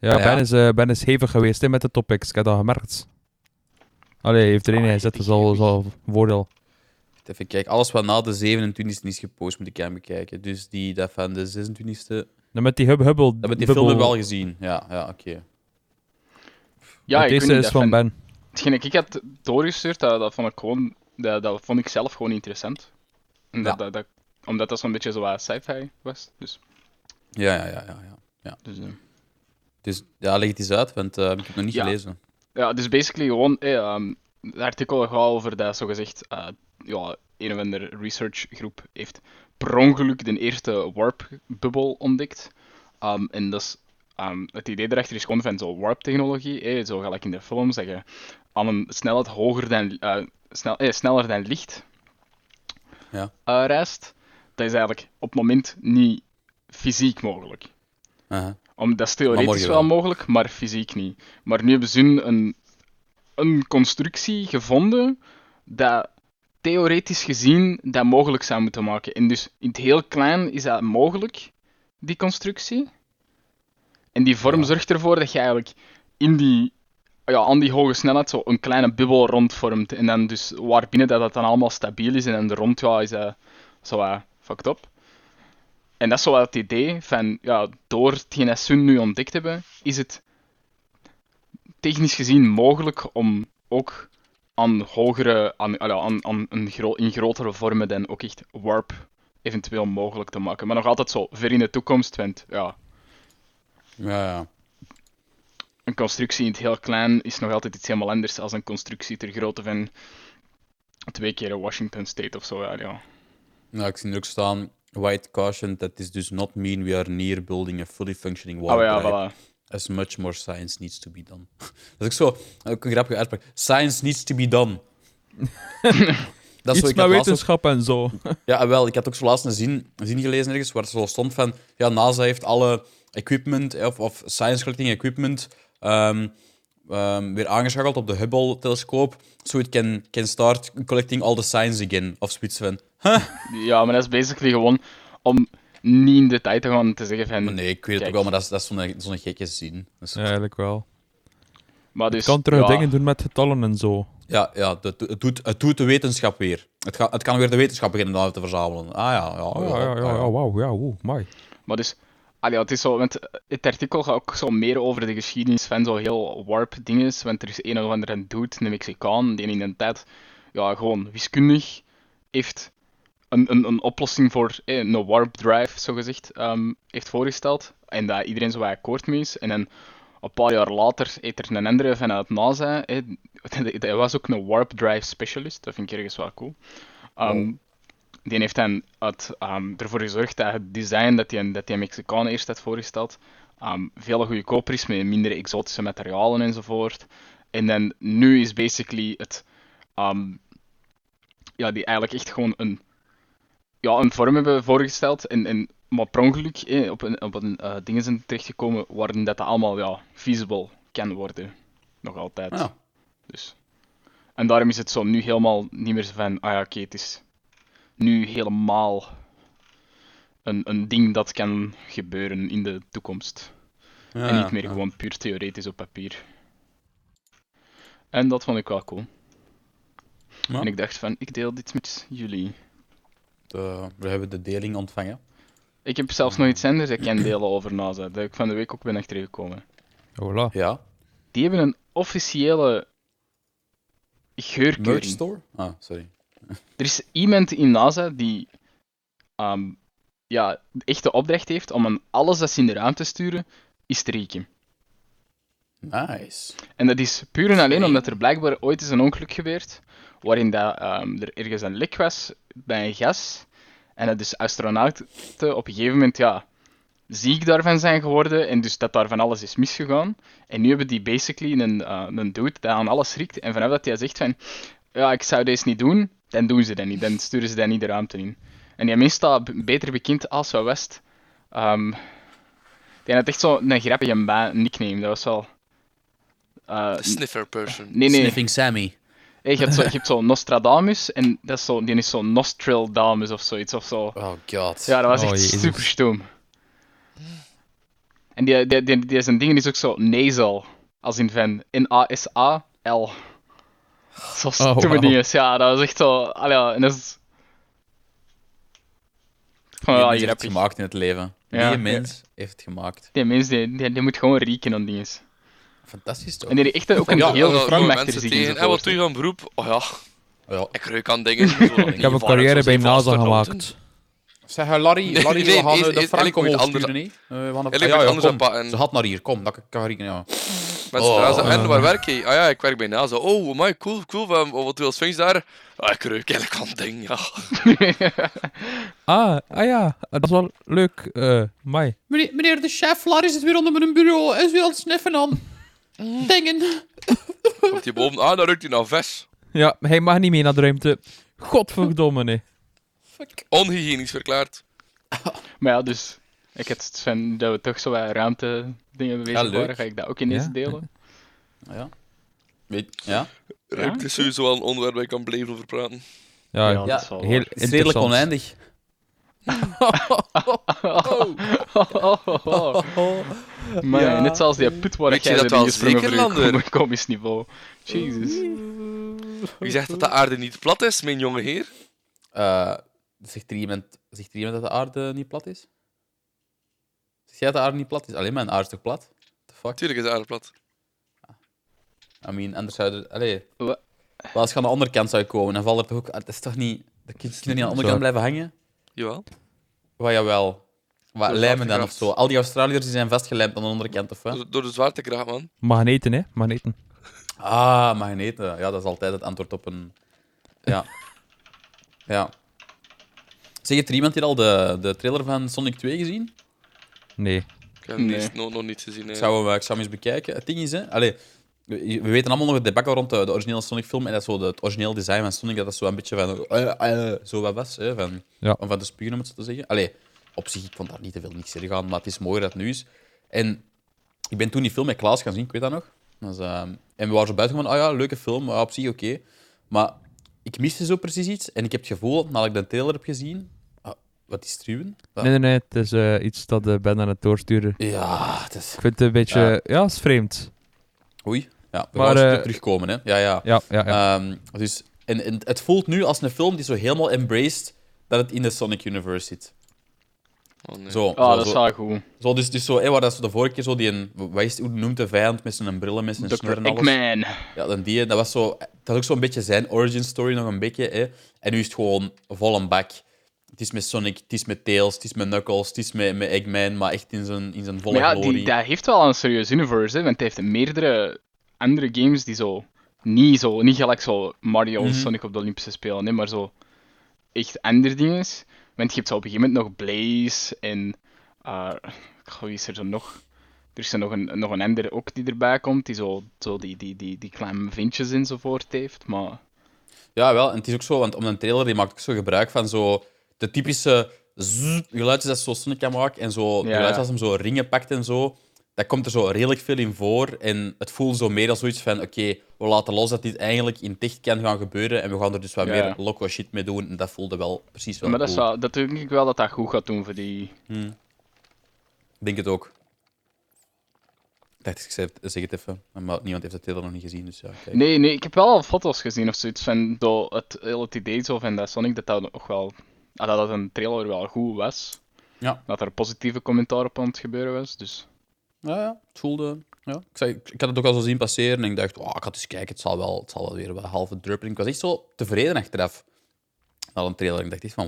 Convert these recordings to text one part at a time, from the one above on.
Ja, Ja. Ben is hevig geweest hè, met de topics. Ik heb dat gemerkt. Allee, heeft er een gezet, dat is al voordeel. Even kijken. Alles wat na de 27e is gepost, moet ik aan bekijken. Dus dat van de 26e... Nou, met die hubbel. Dat met die film hebben we wel gezien. Ja, oké. Ja, ik weet Deze niet, is van Ben. hetgeen ik had doorgestuurd, dat vond ik gewoon... Dat vond ik zelf gewoon interessant. En Ja. omdat dat zo'n beetje zo wat sci-fi was. Dus, Ja. dus, Dus ja, leg het eens uit, want ik heb het nog niet Ja. gelezen. ja, dus basically gewoon... het artikel gaat over dat zogezegd... een of andere researchgroep heeft per ongeluk de eerste warp-bubbel ontdekt. En dat is... het idee erachter is gewoon van zo'n warp-technologie, zo gelijk in de films, dat je aan een snelheid hoger dan, sneller dan licht Ja. reist. Dat is eigenlijk op het moment niet fysiek mogelijk. Aha. Dat is Maar theoretisch morgen wel wel. mogelijk, maar fysiek niet. Maar nu hebben ze een constructie gevonden dat theoretisch gezien dat mogelijk zou moeten maken. En dus in het heel klein is dat mogelijk, die constructie. En die vorm Ja. zorgt ervoor dat je eigenlijk aan die hoge snelheid zo een kleine bubbel rondvormt. En dan dus waarbinnen dat dan allemaal stabiel is en dan rond is dat zo fucked up. En dat is zo het idee van, door hetgeen dat ze nu ontdekt hebben, is het technisch gezien mogelijk om ook aan hogere, in grotere vormen dan ook echt warp eventueel mogelijk te maken. Maar nog altijd zo ver in de toekomst, want Ja. een constructie in het heel klein is nog altijd iets helemaal anders dan een constructie ter grootte van 2 keer Washington State of zo. Ja. Nou, ik zie er ook staan... White caution that this does not mean we are near building a fully functioning warp drive. Voilà. As much more science needs to be done. Dat is ook een grappige uitspraak. Science needs to be done. Dat is Iets ik met had laatst ook- wetenschap en zo. Ja, wel. Ik had ook zo laatst een zin gelezen ergens waar het zo stond van... Ja, NASA heeft alle equipment, of science-collecting equipment, weer aangeschakeld op de Hubble-telescoop, so it can start collecting all the science again. Of zoiets van... Ja, maar dat is basically gewoon om niet in detail te gaan te zeggen van... Maar nee, ik weet het Kijk. ook wel, maar dat is zo'n gekke zin. Dus, Ja, eigenlijk wel. Maar Je dus, kan terug ja, dingen doen met getallen en zo. ja, het doet de wetenschap weer. Het kan weer de wetenschap beginnen dan te verzamelen. Wauw, ja, mooi. Maar dus, het is zo, want het artikel gaat ook zo meer over de geschiedenis van zo heel warp dingen, want er is een of andere dude, een Mexicaan, die in een tijd, gewoon wiskundig heeft een oplossing voor een warp drive, zogezegd, heeft voorgesteld. En dat iedereen zo wat akkoord mee is. En dan, een paar jaar later, heeft er een andere vanuit NASA, dat was ook een warp drive specialist, dat vind ik ergens wel cool. Die heeft dan ervoor gezorgd dat het design dat die Mexicaan eerst had voorgesteld veel goedkoper is, met minder exotische materialen enzovoort. En dan nu is basically het... die eigenlijk echt gewoon een vorm hebben voorgesteld. Maar per ongeluk op een dingen zijn terechtgekomen waarin dat allemaal feasible kan worden. Nog altijd. Ja. Dus. En daarom is het zo nu helemaal niet meer zo van... oké, het is nu helemaal een ding dat kan gebeuren in de toekomst. En niet meer gewoon puur theoretisch op papier. En dat vond ik wel cool. Ja. En ik dacht van, ik deel dit met jullie. We hebben de deling ontvangen. Ik heb zelfs nog iets anders dat ik kan delen over NASA, dat ik van de week ook ben achtergekomen. Voilà. Ja. Die hebben een officiële Merch geurkeuring. store? Ah, sorry. Er is iemand in NASA die echt de opdracht heeft om aan alles dat ze in de ruimte sturen, is te rieken. Nice. En dat is puur en alleen omdat er blijkbaar ooit is een ongeluk gebeurd, waarin dat, er ergens een lek was bij een gas, en dat dus astronauten op een gegeven moment ziek daarvan zijn geworden, en dus dat daar van alles is misgegaan. En nu hebben die basically een dude dat aan alles riekt, en vanaf dat hij zegt van, ik zou deze niet doen, dan doen ze dat niet, dan sturen ze dat niet de ruimte in. En die mens staat beter bekend als wat West. Die had echt zo'n grappige nickname, dat was wel... The sniffer person. Nee. Sniffing Sammy. Hey, je hebt zo Nostradamus en die is zo Nostradamus of zoiets of zo. Oh god. Ja, dat was Oh, echt Jezus. super stoom. En die zijn dingen is ook zo nasal. Als in van N-A-S-A-L. Zo stomme wauw. dingen. Ja, dat is echt zo... Allee, ja, en dat is... Van, Die ja, mens heeft het grappig. gemaakt in het leven. Ja, Die mens heeft het gemaakt. Die mens, die moet gewoon rieken aan dingen. Fantastisch toch? En die heeft echt ook een Ja, heel Frank film achter mensen zich tegen. En wat doe je van beroep? Oh ja, Ja. ik ruik aan dingen. Ik heb een carrière bij NASA gemaakt. Zeg, Larry, Nee, we gaan nee, de eigenlijk Frank moet je omhoog anders- sturen, niet? We gaan Eigenlijk moet je anders kom. aanpakken. Ze had naar hier, kom, dat kan ik ja. Mensen Oh. vragen, en waar werk je? Ah ja, ik werk bij NASA. Oh, amai, cool. Wat doe je als functie daar? Ah, ik ruik eigenlijk aan ding, ja. Ja, dat is wel leuk. Mai. Meneer de chef, Larry zit weer onder mijn bureau en is weer aan het sniffen aan. Dingen. Komt hier boven aan, dan ruikt hij naar ves. Ja, hij mag niet mee naar de ruimte. Godverdomme, nee. Onhygiënisch verklaard. Maar ja, dus... Ik heb het van dat we toch zo wat ruimte dingen bezig leuk. waren. Ga ik dat ook ineens Ja. delen? Ja. Ja? Ruimte is sowieso wel een onderwerp waar ik kan blijven over praten. Ja, Ja. Ja, Dat is wel heel waar. Het is redelijk interessant. oneindig. Maar Ja. net zoals die put waar Weet je jij dat erin wel gesprongen zeker, voor je Lander? komisch niveau. Jezus. Wie zegt dat de aarde niet plat is, mijn jonge heer? Zegt er iemand dat de aarde niet plat is? Zeg jij dat de aarde niet plat is? Alleen mijn aarde is toch plat? What the fuck? Tuurlijk is de aarde plat. I mean, anders zou er... Allee. Wa- Maar als je aan de andere kant zou komen, dan valt er toch ook... Dat is toch niet... De kinderen niet aan de andere Zo. kant blijven hangen? Jawel. Wat, jawel. Wat, Door lijmen dan of zwaartekracht. zo. Al die Australiërs die zijn vastgelijmd aan de andere kant, of wat? Door de zwaartekracht, man. Magneten, hè? Magneten. Ah, magneten. Ja, dat is altijd het antwoord op een... Ja. Ja. Zeg, heeft er iemand hier al de trailer van Sonic 2 gezien? Nee. Ik heb hem Nee. nog niet gezien. Ik zou hem eens bekijken. Het ding is, hè... Allee, we weten allemaal nog het debacle rond de originele Sonic-film. En dat is zo het origineel design van Sonic, dat is zo een beetje van... zo wat was, hè. Ja. Om van te spugen, om het zo te zeggen. Allee, op zich, ik vond daar niet te veel niks in gaan, maar het is mooier dat het nu is. En ik ben toen die film met Klaas gaan zien, ik weet dat nog. Dus, en we waren zo buiten van, oh ja, leuke film, op zich oké. Maar ik miste zo precies iets. En ik heb het gevoel, nadat ik de trailer heb gezien... wat is Struwen? Nee. Het is iets dat Ben aan het doorsturen. Ja, het is... Ik vind het een beetje... Ja, het is vreemd. Oei. Ja, we Maar, gaan eens terugkomen, hè. Ja. Ja. Dus, en het voelt nu als een film die zo helemaal embraced dat het in de Sonic Universe zit. Oh, nee. Zo, Ah, dat is wel goed. dus zo, waar dat zo de vorige keer zo die hoe noemt de vijand met zijn brillen, met zijn snor Dr. en alles? Eggman. Ja, dan die, dat was zo, dat is ook zo'n beetje zijn origin story nog een beetje, hè. En nu is het gewoon vol een bak. Het is met Sonic, het is met Tails, het is met Knuckles, het is met Eggman, maar echt in zijn volle Maar ja, glorie. dat heeft wel een serieus universe, hè, want hij heeft meerdere andere games die niet gelijk zo Mario of Sonic op de Olympische Spelen, hè, maar zo echt andere dingen. Want je hebt zo op een gegeven moment nog Blaze en... wie is er zo nog? Er is er nog een andere ook die erbij komt, die zo die kleine vintjes enzovoort heeft, maar... Ja, wel. En het is ook zo, want om een trailer die maakt ook zo gebruik van zo de typische geluidjes dat zo Sonic kan maken en zo Ja. geluidjes als hem zo ringen pakt en zo. Dat komt er zo redelijk veel in voor. En het voelt zo meer als zoiets van, oké, we laten los dat dit eigenlijk in het echt kan gaan gebeuren en we gaan er dus wat Ja. meer loco shit mee doen. En dat voelde wel precies wel Maar dat, cool. dat denk ik wel dat dat goed gaat doen voor die... Ik denk het ook. Ik dacht, ik zeg het even. Maar niemand heeft de trailer nog niet gezien, dus ja, kijk. Nee, ik heb wel al foto's gezien of zoiets van het idee zo van dat Sonic dat nog wel... dat een trailer wel goed was. Ja. Dat er positieve commentaar op aan het gebeuren was, dus... Ja, het voelde... Ja. Ik had het ook al zo zien passeren en ik dacht, ik ga eens kijken, het zal wel weer wat halve druppelen. Ik was echt zo tevreden achteraf. Na een trailer. Ik dacht echt van,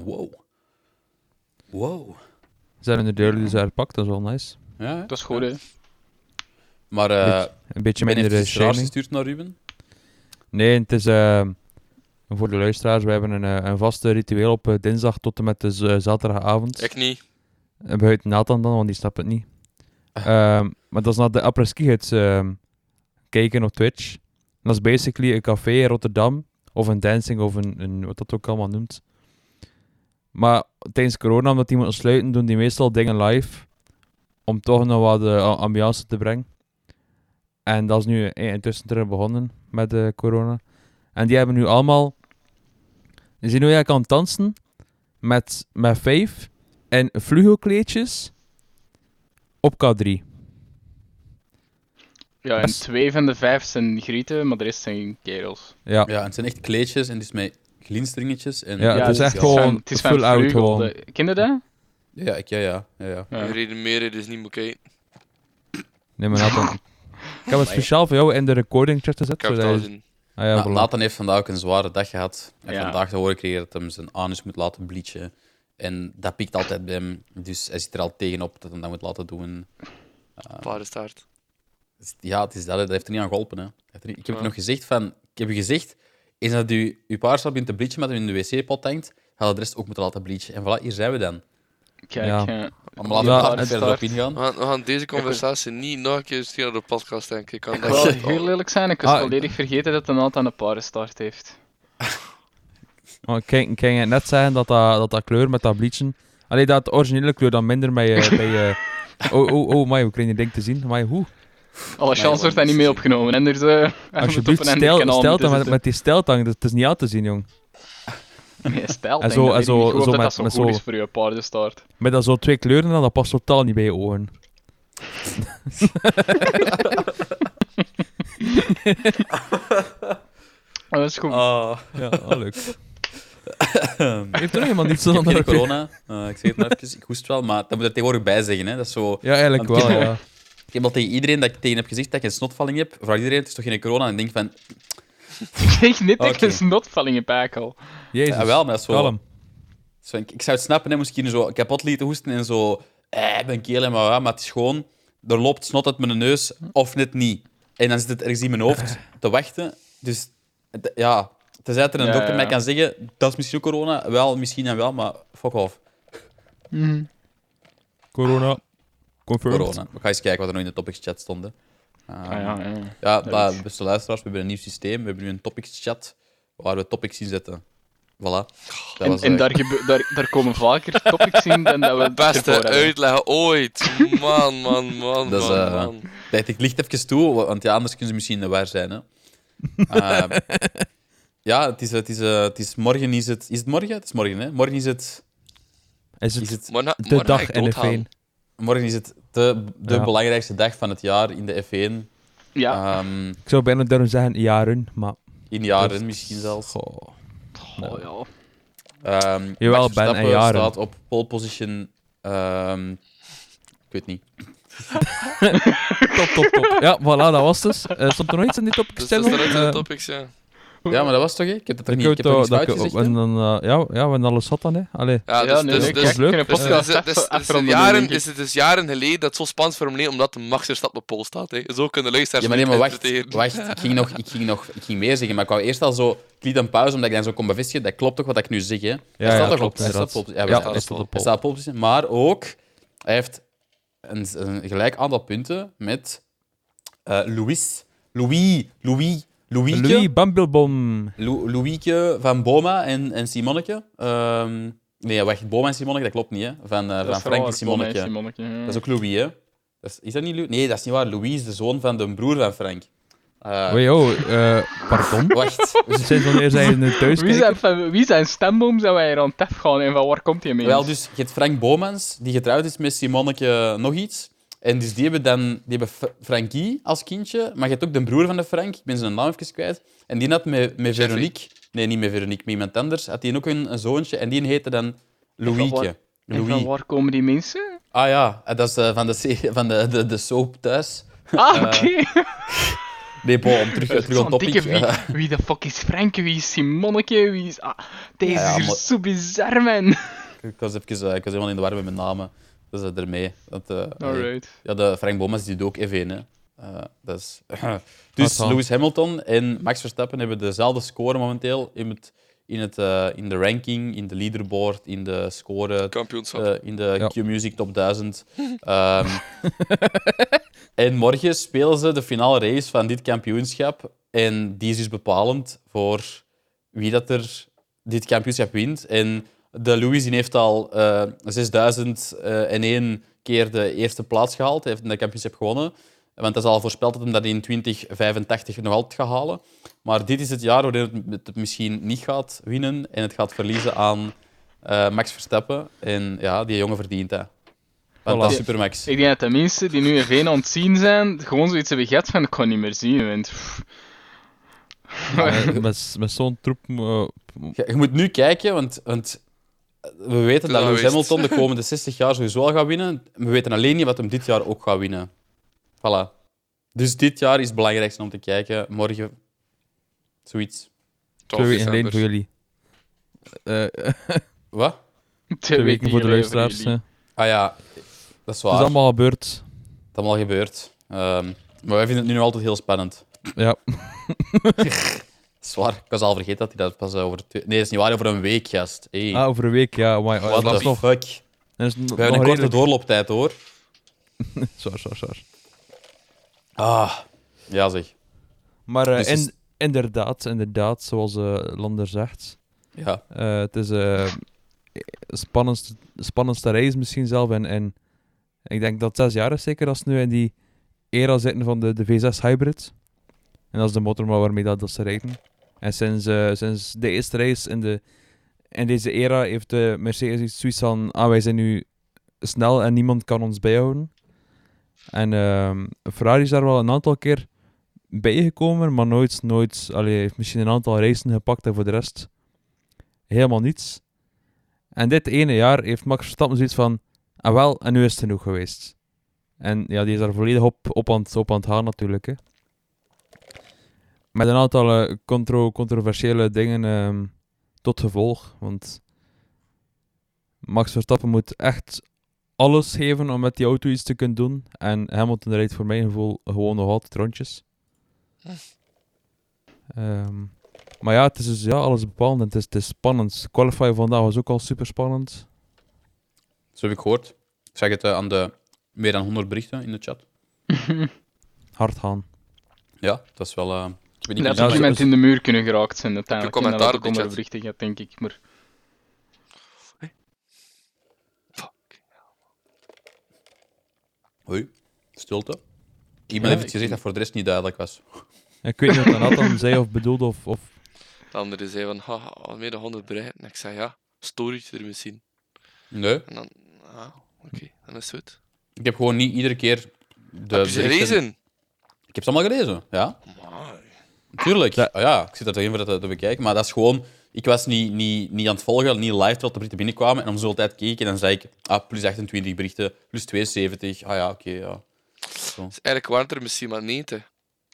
wow. Ze hebben de deur dus herpakt, dat is wel nice. Ja, Dat is goed, hè. maar Een beetje Ben heeft minder iets raars shining. gestuurd naar Ruben. Nee, het is voor de luisteraars, we hebben een vaste ritueel op dinsdag tot en met de zaterdagavond. Ik niet. Buiten Nathan dan, want die snapt het niet. Maar dat is naar de apres-ski kijken op Twitch. En dat is basically een café in Rotterdam, of een dancing, of een wat dat ook allemaal noemt. Maar tijdens corona, omdat die moeten sluiten, doen die meestal dingen live, om toch nog wat ambiance te brengen. En dat is nu intussen terug begonnen met corona. En die hebben nu allemaal... Die zijn nu eigenlijk aan het dansen met 5 en flugelkleedjes op K3. Ja, en 2 van de 5 zijn grieten, maar de rest zijn kerels. Ja, Ja, en het zijn echt kleedjes en dus met glinsteringetjes. En... Ja, het is dus echt gewoon het is van full out Vleugel. gewoon. Ken je dat? Ja, ja. Ja. De reden meer is niet moet kijken. nee, maar Nathan. Ik heb het speciaal voor jou in de recording chat gezet. Ik heb het zodat al je- gezien. Ah ja, Nou, voilà. Nathan heeft vandaag ook een zware dag gehad. En Ja. vandaag te horen kreeg dat hij zijn anus moet laten bleachen. En dat pikt altijd bij hem. Dus hij zit er al tegenop dat hij dat moet laten doen. Paardenstaart. Dus ja, het is dat heeft er niet aan geholpen. Hè. Ik heb Ja. nog gezegd van... Ik heb je gezegd, eens dat je paardenstaart begint te bleachen met hem in de wc-pot hangt, gaat hij de rest ook moeten laten bleachen. En voilà, hier zijn we dan. Kijk, Ja. Maar laten Ja, we daar het niet verder op start. ingaan. We gaan deze conversatie niet nog een keer sturen naar de podcast, denk ik. Ik kan Ik dat wil echt heel al- lelijk zijn, ik was Ah, volledig vergeten dat de Nathan een paardenstaart heeft. Oh, ik kan je net zeggen dat kleur met dat bleachen... Allee, dat originele kleur dan minder bij je... Oh, maar we krijgen die ding te zien. Maar hoe? Alle chance wordt daar niet mee opgenomen. En dus, Alsjeblieft, stel dan met die steltang. Dat is niet aan te zien, jong. Nee, stijl. En zo- en zo- zo dat met- zo met goed zo- is voor je paardenstaart. Met dat zo 2 kleuren, dan, dat past totaal niet bij je ogen. Oh, dat is goed. Ja, leuk. Heeft er nog iemand iets Ik heb dan geen corona. Ik zeg het maar even. Ik hoest wel, maar dat moet er tegenwoordig bij zeggen. Hè. Dat is zo... Ja, eigenlijk Want ik wel, heb- ja. Ik heb al tegen iedereen dat ik tegen heb gezegd dat ik een snotvalling heb. Vraag iedereen, het is toch geen corona? En ik denk van... Ik zeg net dat ik Oké. een snotvalling heb eigenlijk al. Jezus, Ja, wel, maar dat is zo... kalm. Zo, ik zou het snappen, hè, moest ik hier zo kapot lieten hoesten en zo... ik ben keel, maar, ja, maar het is gewoon... Er loopt snot uit mijn neus, of net niet. En dan zit het ergens in mijn hoofd te wachten. Dus ja, tenzij er een Ja, dokter ja. mij kan zeggen, dat is misschien ook corona. Wel, misschien en wel, maar fuck off. Corona. Confirmed. Corona. We gaan eens kijken wat er nog in de topics chat stond. Hè. Ja. Ja, Leuk. beste luisteraars, we hebben een nieuw systeem. We hebben nu een topics chat waar we topics in zetten. Voilà. Dat was, En daar komen vaker topics in dan dat we het Beste ervoor hebben. uitleg ooit. Man. Dat is, man. ik licht even toe, want ja, anders kunnen ze misschien waar zijn. Hè. Ja, het is morgen. Is het morgen? Het is morgen, hè? Morgen is het. Is Is het het Maar de maar dag ik in doodgaan. F1? morgen is het de Ja. belangrijkste dag van het jaar in de F1. Ja. Ik Ik zou bijna durven zeggen jaren, maar... in jaren misschien zelfs. Goh. Oh, ja. Jawel, Max Ben en Verstappen Jaren. staat op pole position. Ik weet niet. Top. Ja, voilà, dat was het dus. Stond er nog iets in die topic Dus dat is stellen? eruit in de topics, ja. Ja, maar dat was toch, hè? Ik heb het toch Ik niet, ik heb toch niets fout gezegd, hè? en dan, ja, we hebben alles zat dan, hè. Allee. Ja, Ja, nee, dus, nee, dat kijk, is leuk. ik kan een podcast afronden, denk ik. het is jaren geleden dat het zo spannend voor hem omdat de Max Verstappen op pol staat. Hè. Zo kunnen luisteraars Ja, maar nee, maar interpreteren. wacht. Ik ging meer zeggen, maar ik wou eerst al zo... Ik liet een pauze, omdat ik dan zo kon bevestigen. Dat klopt toch wat ik nu zeg, hè? Hij staat toch klopt, op... Hij staat inderdaad. op... Ja, we Ja, staan- hij staat op hij pole. staat op pole position. Maar ook... Hij heeft een gelijk aantal punten met Louieke Louis Bambilbom. Louieke van Boma en Simonneke. Nee, wacht, Boma en Simonneke, dat klopt niet, hè? Van Frank en Simonneke. Dat is ook Louis, hè? Is dat niet Louis? Nee, dat is niet waar. Louis is de zoon van de broer van Frank. Oei, pardon. Wacht. Sinds wanneer zijn jullie thuis Wie zijn stemboom zou hij er aan tef gaan en van waar komt hij mee? Wel, dus je hebt Frank Bomans, die getrouwd is met Simonneke nog iets. En dus die hebben Frankie als kindje, maar je hebt ook de broer van de Frank, ik ben zijn naam even kwijt. En die had met Veronique, nee, niet met Veronique, met iemand anders, had die ook een zoontje en die heette dan Louieke. En van waar komen die mensen? Ah ja, dat is van de soap thuis. Oké. Nee, bon, om terug Zo'n op topic. dikke wie de fuck is Frank? Wie is Simonneke? Wie is... deze Ja, is hier maar- zo bizar, man. Ik was helemaal in de war met mijn namen. Dus ermee. Want, Alright. ja, de Frank Bomas die doet ook F1. Hè. Dat is... Wat Dus dan? Lewis Hamilton en Max Verstappen hebben dezelfde score momenteel in de ranking, in de leaderboard, in de score, Kampioenschap. in de Ja. Q-Music Top 1000. En morgen spelen ze de finale race van dit kampioenschap. En die is dus bepalend voor wie dat er dit kampioenschap wint. En de Lewis die heeft al 6001 keer de eerste plaats gehaald. Hij heeft een kampioenschap gewonnen. Want dat is al voorspeld dat hij dat in 2085 nog altijd gaat halen. Maar dit is het jaar waarin het misschien niet gaat winnen en het gaat verliezen aan Max Verstappen. En ja, die jongen verdient dat. Want dat is Voilà. Supermax. Ik denk dat de mensen die nu even aan het zien zijn, gewoon zoiets hebben gehad van, ik kan niet meer zien. Want, Met zo'n troep... Je moet nu kijken, want we weten dat Lewis wist. Hamilton de komende 60 jaar sowieso al gaat winnen. We weten alleen niet wat hem dit jaar ook gaat winnen. Voilà. Dus dit jaar is het belangrijkste om te kijken. Morgen, zoiets. 2 weken geleden voor jullie. Wat? 2 weken voor de luisteraars. jullie. Ah ja, dat is waar. Het is allemaal gebeurd. Het is allemaal gebeurd. Maar wij vinden het nu nog altijd heel spannend. Ja. Zwaar. Ik was al vergeten dat hij dat pas over... Nee, dat is niet waar. Over een week, gast. Hey. Ah, over een week, ja. Maar, What dat is the nog... fuck? Dat is We hebben een korte doorlooptijd, hoor. Zwaar. Ah, ja zeg. Maar Dus is- inderdaad, zoals Lander zegt, Ja. het is spannendste reis misschien zelf. En ik denk dat het 6 jaar is zeker als ze nu in die era zitten van de V6 Hybrid. En dat is de motor maar waarmee dat ze rijden. En sinds de eerste race in deze era heeft de Mercedes zoiets van, wij zijn nu snel en niemand kan ons bijhouden. En Ferrari is daar wel een aantal keer bijgekomen, maar nooit heeft misschien een aantal racen gepakt en voor de rest helemaal niets. En dit ene jaar heeft Max Verstappen zoiets van, en nu is het genoeg geweest. En ja, die is daar volledig op aan het gaan natuurlijk. Hè. Met een aantal controversiële dingen tot gevolg, want Max Verstappen moet echt alles geven om met die auto iets te kunnen doen. En Hamilton rijdt voor mijn gevoel gewoon nog altijd rondjes. Maar ja, het is dus alles bepalend en het is spannend. Qualify vandaag was ook al super spannend. Zo heb ik gehoord. Ik zeg het aan de meer dan 100 berichten in de chat. Hard gaan. Ja, dat is wel... ik weet niet Dat precies- had iemand in de muur kunnen geraakt zijn uiteindelijk. Heb je En dat commentaar had op ook die onder chat? berichten gehad, denk ik. Maar Fuck. Hoi, stilte. Iemand heeft ik- gezegd dat voor de rest niet duidelijk was. Ik weet niet wat Nathan zei of bedoelde of... De andere zei van, haha, meer dan 100 berichten. En ik zei, ja, storytje er misschien. Nee, En dan, oké, dan is het goed. ik heb gewoon niet iedere keer de Heb je ze berichten- gelezen? Ik heb ze allemaal gelezen, ja. Amai. Tuurlijk. Ja. Ja, ik zit er toch in voor dat te bekijken, maar dat is gewoon... Ik was niet aan het volgen, niet live terwijl de berichten binnenkwamen. En om zoveel tijd keek ik en dan zei ik, plus 28 berichten, plus 72. Ah ja, oké, ja. Dus eigenlijk waren het er misschien maar 90.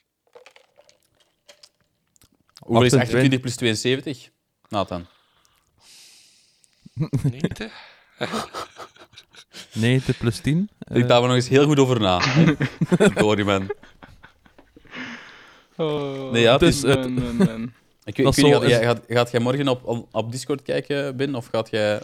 Hoeveel is 28? 28 plus 72? Nathan. 90? 90 plus 10. Denk daar we nog eens heel goed over na. Sorry, man. Nee, ja, het is- man. Ik Dat weet niet, zo is- gaat jij morgen op Discord kijken, Ben? Of gaat jij...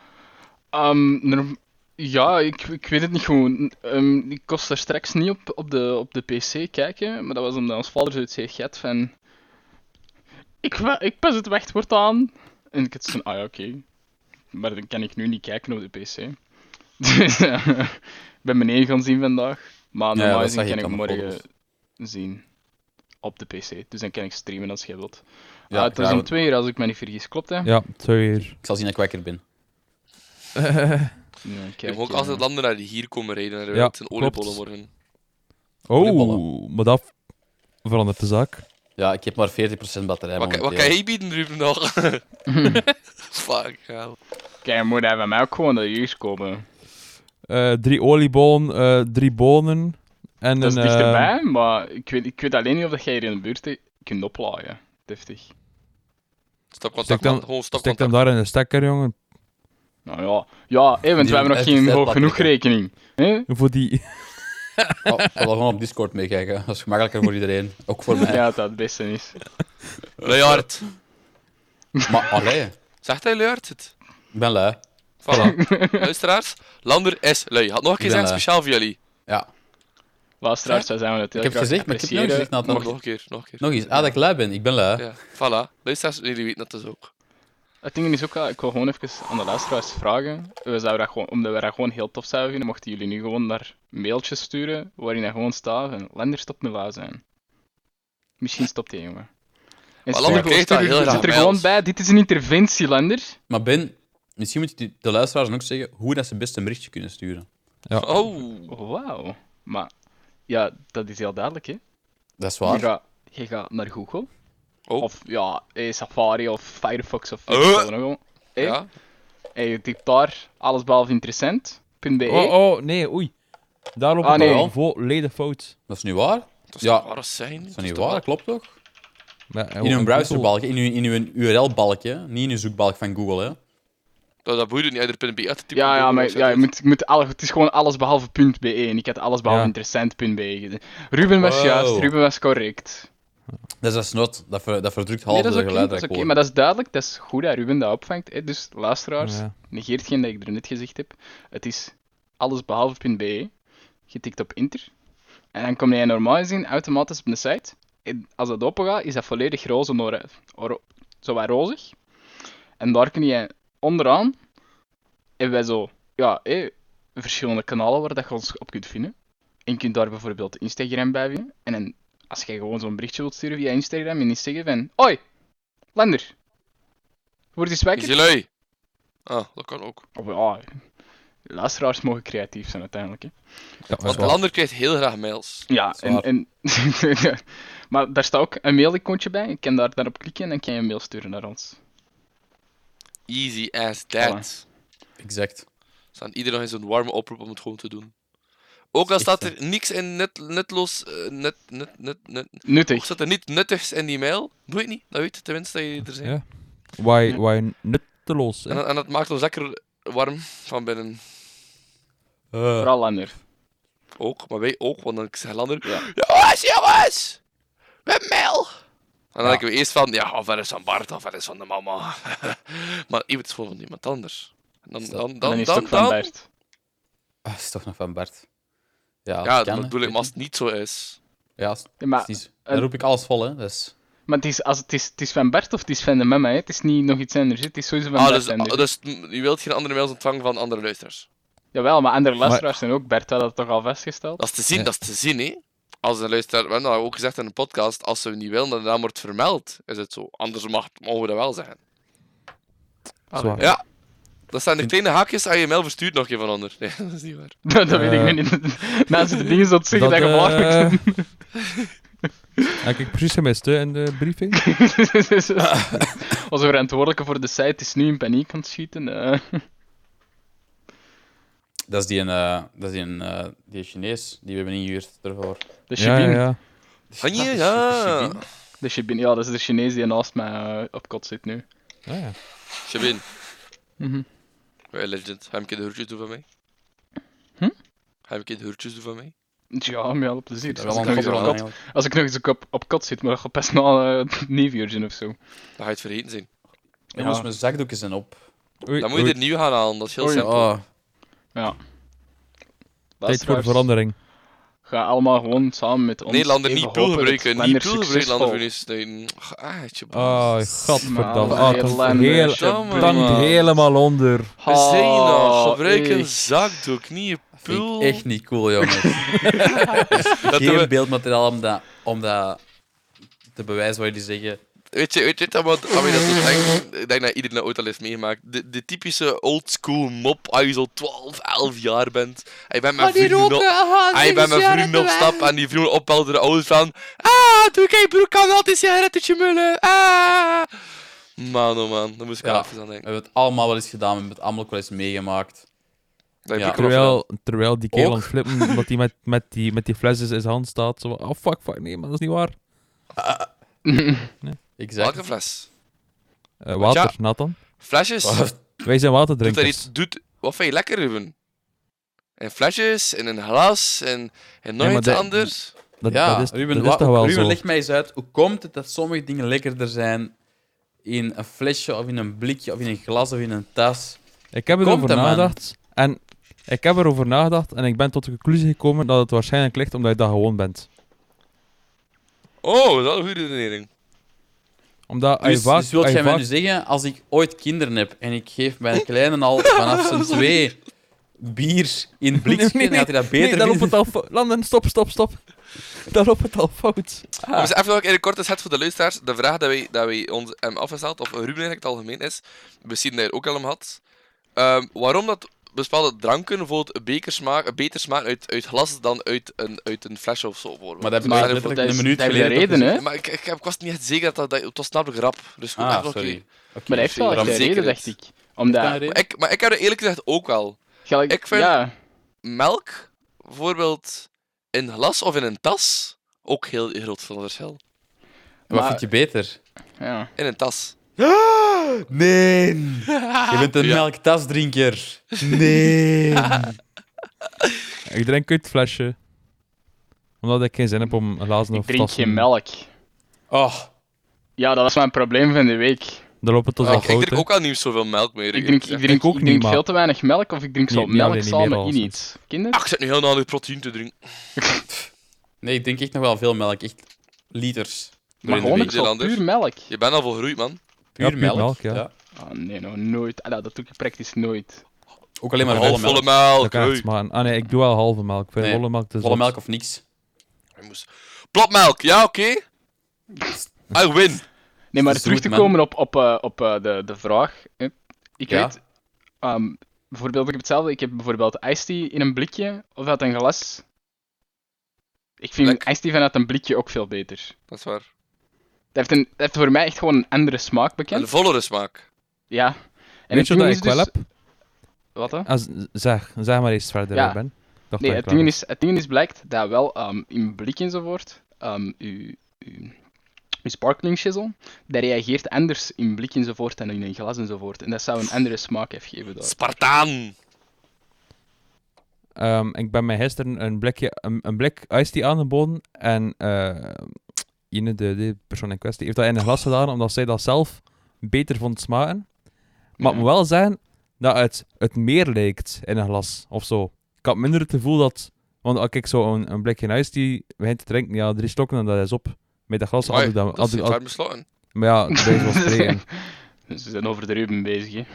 Ja, ik weet het niet gewoon. Ik kost er straks niet op de PC kijken, maar dat was omdat ons vader zoiets heeft gehad van... Ik pas het wachtwoord aan. En ik had zo'n, ja, oké. Maar dan kan ik nu niet kijken op de PC. Dus ik ben beneden gaan zien vandaag. Maar Ja, normaal dat gezien zag kan ik ik aan de morgen foto's. zien. Op de PC. Dus dan kan ik streamen als je wilt. Ja, Het is ja, om 2 uur, als ik me niet vergis. Klopt, hè? Ja, 2 uur. Ik zal zien dat ik wakker ben. Ja, Je kijk, moet ook altijd landen naar die hier komen rijden. Naar Ja, het zijn oliebollen klopt. morgen. Oliebollen. Maar dat verandert de zaak. Ja, ik heb maar 40% batterij Wat momenteel. kan jij bieden, Ruben, nog? Fuck, hell. Kijk, moet hij van mij ook gewoon naar hier komen. 3 oliebollen, 3 bonen en Dat is een... dichterbij, maar ik weet alleen niet of dat jij hier in de buurt kunt opladen. Deftig. Stopcontact, Stek man. dan- Gewoon Stek stopcontact. hem daar in de stekker, jongen. Nou ja. Ja, hé, want we hebben nog uit geen de hoog vet genoeg pakken. rekening. Hè? Voor die... Oh, ik zal wel gewoon op Discord meekijken. Dat is gemakkelijker voor iedereen. Ook voor mij. Ja, dat het beste is. Luiaard. Maar, allee, Zegt hij luiaard het? ik ben lui. Voilà. Luisteraars, Lander is lui. Had nog een keer Ik ben zijn speciaal voor jullie. Ja. Luisteraars, wij zijn het heel Ik heb graag gezegd, maar ik heb niet appreciëren. gezegd, Nathan. Nog een keer, nog een keer. Nog eens. Dat ik lui ben. Ik ben lui. Ja, voilà. Luisteraars, jullie weten dat dus ook. Het ding is ook, ik wil gewoon even aan de luisteraars vragen. We zouden dat gewoon, omdat we dat gewoon heel tof zouden vinden, mochten jullie nu gewoon naar mailtjes sturen, waarin dat gewoon staat van, Lender stopt met lui zijn. Misschien stopt hij, jongen. En Maar Lander krijgt dat heel graag zit er mails. gewoon bij, dit is een interventie, Lender. Maar Ben, misschien moet je de luisteraars ook zeggen hoe dat ze best een berichtje kunnen sturen. Ja. Oh. Wauw. Maar ja, dat is heel duidelijk, hè. Dat is Je waar. gaat naar Google. Oh. Of ja, Safari of Firefox of weet ik veel nog. Ja. En je typt daar allesbehalveinteressant.be. Oh, nee, oei. Daar loopt Ah, het nee. al volledig fout. Dat is niet waar. Dat is Ja. toch waar zijn? Dat is niet waar, dat klopt toch? Maar, In uw browserbalk, in uw URL-balkje, niet in uw zoekbalk van Google, hè. Dat boeit niet, uit de te typen. Ja, maar ja, je moet het is gewoon allesbehalve.be en ik had allesbehalveinteressant.be gezien. Ruben was Wow. juist, Ruben was correct. Dat is not. Dat verdrukt half Nee, dat is de oké, geluid dat is ik oké, hoor. maar dat is duidelijk, dat is goed dat Ruben dat opvangt. Hè. Dus luisteraars, Ja. negeert geen dat ik er net gezegd heb. Het is allesbehalve.be. Je tikt op enter. En dan kom je normaal gezien automatisch op de site. En als dat open gaat, is dat volledig roze, zo wat rozig. En daar kun je onderaan, hebben wij zo, ja, verschillende kanalen waar dat je ons op kunt vinden. En je kunt daar bijvoorbeeld Instagram bij vinden. En dan, als je gewoon zo'n berichtje wilt sturen via Instagram en niet zeggen van, hoi, Lander, word eens Is wakker. je lui? Ah, dat kan ook. Of ja, luisteraars mogen creatief zijn uiteindelijk. Hè. Ja, dat is Want waar. Lander krijgt heel graag mails. Ja, Zwaar. maar daar staat ook een mail-icoontje bij. Je kan daar daarop klikken en dan kan je een mail sturen naar ons. Easy as that. Exact. Staan iedereen nog eens een warme oproep om het gewoon te doen. Ook al staat er niks in netloos, Nuttig. of staat er niet nuttigs in die mail, doe het niet. Dan weet je tenminste dat je er bent. Ja. Why nutteloos, hè? En dat maakt ons lekker warm van binnen. Vooral Lander. Ook, maar wij ook, want dan zeg Lander... Ja. Jongens! We hebben mail! En dan Ja. denken we eerst van, ja, of dat is van Bart, of dat is van de mama. Maar het is gewoon van iemand anders. En Dan is het ook van Bert. Ah, is toch nog van Bart. Ja, Ja, kan, dat bedoel ik, weet maar als het niet zo is... Ja, Ja, maar precies. Dan roep ik alles vol, hè. Dus. maar het is van Bert of het is van de mama, hè? Het is niet nog iets anders. Hè? Het is sowieso van Ah, Bert. en dus je wilt geen andere mails ontvangen van andere luisteraars. Jawel, maar andere luisteraars zijn ook Bert, had dat toch al vastgesteld? Dat is te zien, Ja. dat is te zien, hè. Als een luisteraar, we hebben dat ook gezegd in een podcast, als ze niet willen dat de naam wordt vermeld, is het zo. Anders mogen we dat wel zeggen. Zwaar. Ja. Dat zijn de kleine haakjes aan je mail verstuurd nog een van onder. Nee, dat is niet waar. Dat weet ik niet. Mensen de dingen zo te zeggen dat, gevaarlijk zijn. Heb ik precies gemist, hè, in de briefing? Onze verantwoordelijke voor de site is nu in paniek aan het schieten. Dat is die Chinees die we hebben ingehuurd ervoor. De Ja, Shibin. ja. Ah, ja. Shibin. De Shibin, ja, dat is de Chinees die naast mij op kot zit nu. Ah, ja. Shabin. Mhm. Wij legend. Ga je een keer de hurtjes doen van mij? Hm? Ga je een keer de hurtjes doen van mij? Ja, met alle plezier. Dat is Als wel ik, een nog eens op koppeling, kot, eigenlijk. als ik nog eens op kot zit, maar dat gaat best na een nieuwjaartje of zo. Dan ga je het vergeten zijn. Dan moest mijn zakdoekjes zijn op. Oei, Dan moet je oei. er nieuw gaan halen, dat is heel Oei. simpel. Oh, Ja. Tijd voor verandering. Ga allemaal gewoon samen met ons. Nederlander even niet pul hopen dat gebruiken, Lander niet pul gebruiken, succesvol- Lander is nee. Oh, godverdamme. Maar, Oh, Lander, heel, alsjeblieft. tankt helemaal onder. We zijn nog, Oh, gebruik een echt. zakdoek, niet een vind pul. ik echt niet cool, jongens. Dat doen Geen we- beeldmateriaal om dat te bewijzen wat jullie zeggen. Weet je dat wat dat doet denken? Ik denk dat iedereen dat ooit al heeft meegemaakt. De typische oldschool mop als je zo 12, 11 jaar bent. En je bent met vrienden op stap en die vrienden opbelden de ouders van doe ik broek kan altijd een sigaretje mullen. Man, oh man, daar moest ik Ja. wel even aan We denken. hebben het allemaal wel eens gedaan, we hebben het allemaal ook wel eens meegemaakt. Dat Ja. heb ik er wel Terwijl die kerel Ook. aan het flippen, omdat hij met die flesjes in zijn hand staat. Zo, oh fuck, nee, maar dat is niet waar. Exact. Welke fles? Water, ja. Nathan. Flesjes? Wij zijn Doet dat waterdrinkers. iets, wat vind je lekker, Ruben? In flesjes, in een glas, en nog maar iets de- anders? Ja, dat is, Ruben, dat is toch wel Ruben zo. leg mij eens uit, hoe komt het dat sommige dingen lekkerder zijn in een flesje, of in een blikje, of in een glas, of in een tas? Ik heb Komt erover dat, man? nagedacht. En ik ben tot de conclusie gekomen dat het waarschijnlijk ligt omdat je dat gewoon bent. Oh, dat is een goede redenering. Omdat als je Dus, vaak... dus wilt als je jij mij vaak- nu zeggen, als ik ooit kinderen heb en ik geef mijn kleine al vanaf zijn 2 bier in blikjes, dan gaat hij dat beter nee, dan loopt vinden? het al fout. Landen, stop. Dan loopt het al fout. Maar dus even nog een korte set voor de luisteraars. De vraag dat wij ons hebben afgesteld, of Ruben eigenlijk het algemeen is, we zien dat je het ook al hem had. Waarom dat bepaalde dranken bijvoorbeeld een beter smaak uit glas dan uit een fles of zo. Bijvoorbeeld. Maar dat heb ik Maar letterlijk dat een minuut dat is geleden de reden, toch hè? Maar ik was niet echt zeker dat het was namelijk rap. Dus gewoon Ah, even, oké. sorry. Maar dat heeft wel echt een zeker reden, het. dacht ik. Omdat... Maar ik heb er eerlijk gezegd ook wel. Ik vind- Ja, Melk, bijvoorbeeld in glas of in een tas, ook heel groot verschil. Wat maar- vind je beter? ja. In een tas. Nee! Je bent een Ja. melktasdrinker. Nee! Ik drink uit het flesje. Omdat ik geen zin heb om glazen Ik of drink tassen. geen melk. Oh, Ja, dat was mijn probleem van de week. Dan loopt het tot Ik wel drink fout, ook al niet zoveel melk meer. Ik drink, Ik ook niet, maar- veel te weinig melk, of ik drink zo Niet melk alleen, niet samen meer in als iets. Ken je dat? Ach, ik zit nu heel nodig proteïne te drinken. nee, ik drink echt nog wel veel melk. Echt liters. Maar in de gewoon week. ook zo Nederlander. puur melk. Je bent al volgroeid, man. Puur puur melk. melk, ja. Ah, nee, nou, nooit. Ah, dat doe ik praktisch nooit. Ook alleen maar volle Halfvolle melk. Dat melk. kan echt Hey. smaken. Ah nee, ik doe wel halve melk. Ik vind Nee, volle melk te Volle zot. melk of niks. Plopmelk, ja, oké. I win. Nee, maar Zoet, terug te man. komen op de vraag. Hè. Ik Ja. weet, bijvoorbeeld, ik heb hetzelfde. Ik heb bijvoorbeeld iced tea in een blikje of uit een glas. Ik vind Lekker. iced tea vanuit een blikje ook veel beter. Dat is waar. Dat heeft voor mij echt gewoon een andere smaak bekend. Een vollere smaak. Ja. En Weet je het wat ding ik wel dus- heb? Wat dan? Zeg maar eens verder, Ja. Ben. Ik dacht Nee, dat ik het klaar ding is blijkt dat wel in blik enzovoort, uw sparkling shizzle, dat reageert anders in blik enzovoort dan in een glas enzovoort. En dat zou een andere smaak even geven. Daar. Spartaan. Ik ben mij gisteren een blik iced tea aangeboden en de persoon in kwestie heeft dat in een glas gedaan omdat zij dat zelf beter vond smaken. Maar ik moet wel zeggen dat het meer lijkt in een glas of zo. Ik had minder het gevoel dat, want als ik zo een blikje iced tea begin te drinken, ja, 3 slokken en dat is op. Met dat glas had Amai, ik dat. dat is ver besloten. Maar ja, deze was spreken. Dus ze zijn over de Ruben bezig, hè.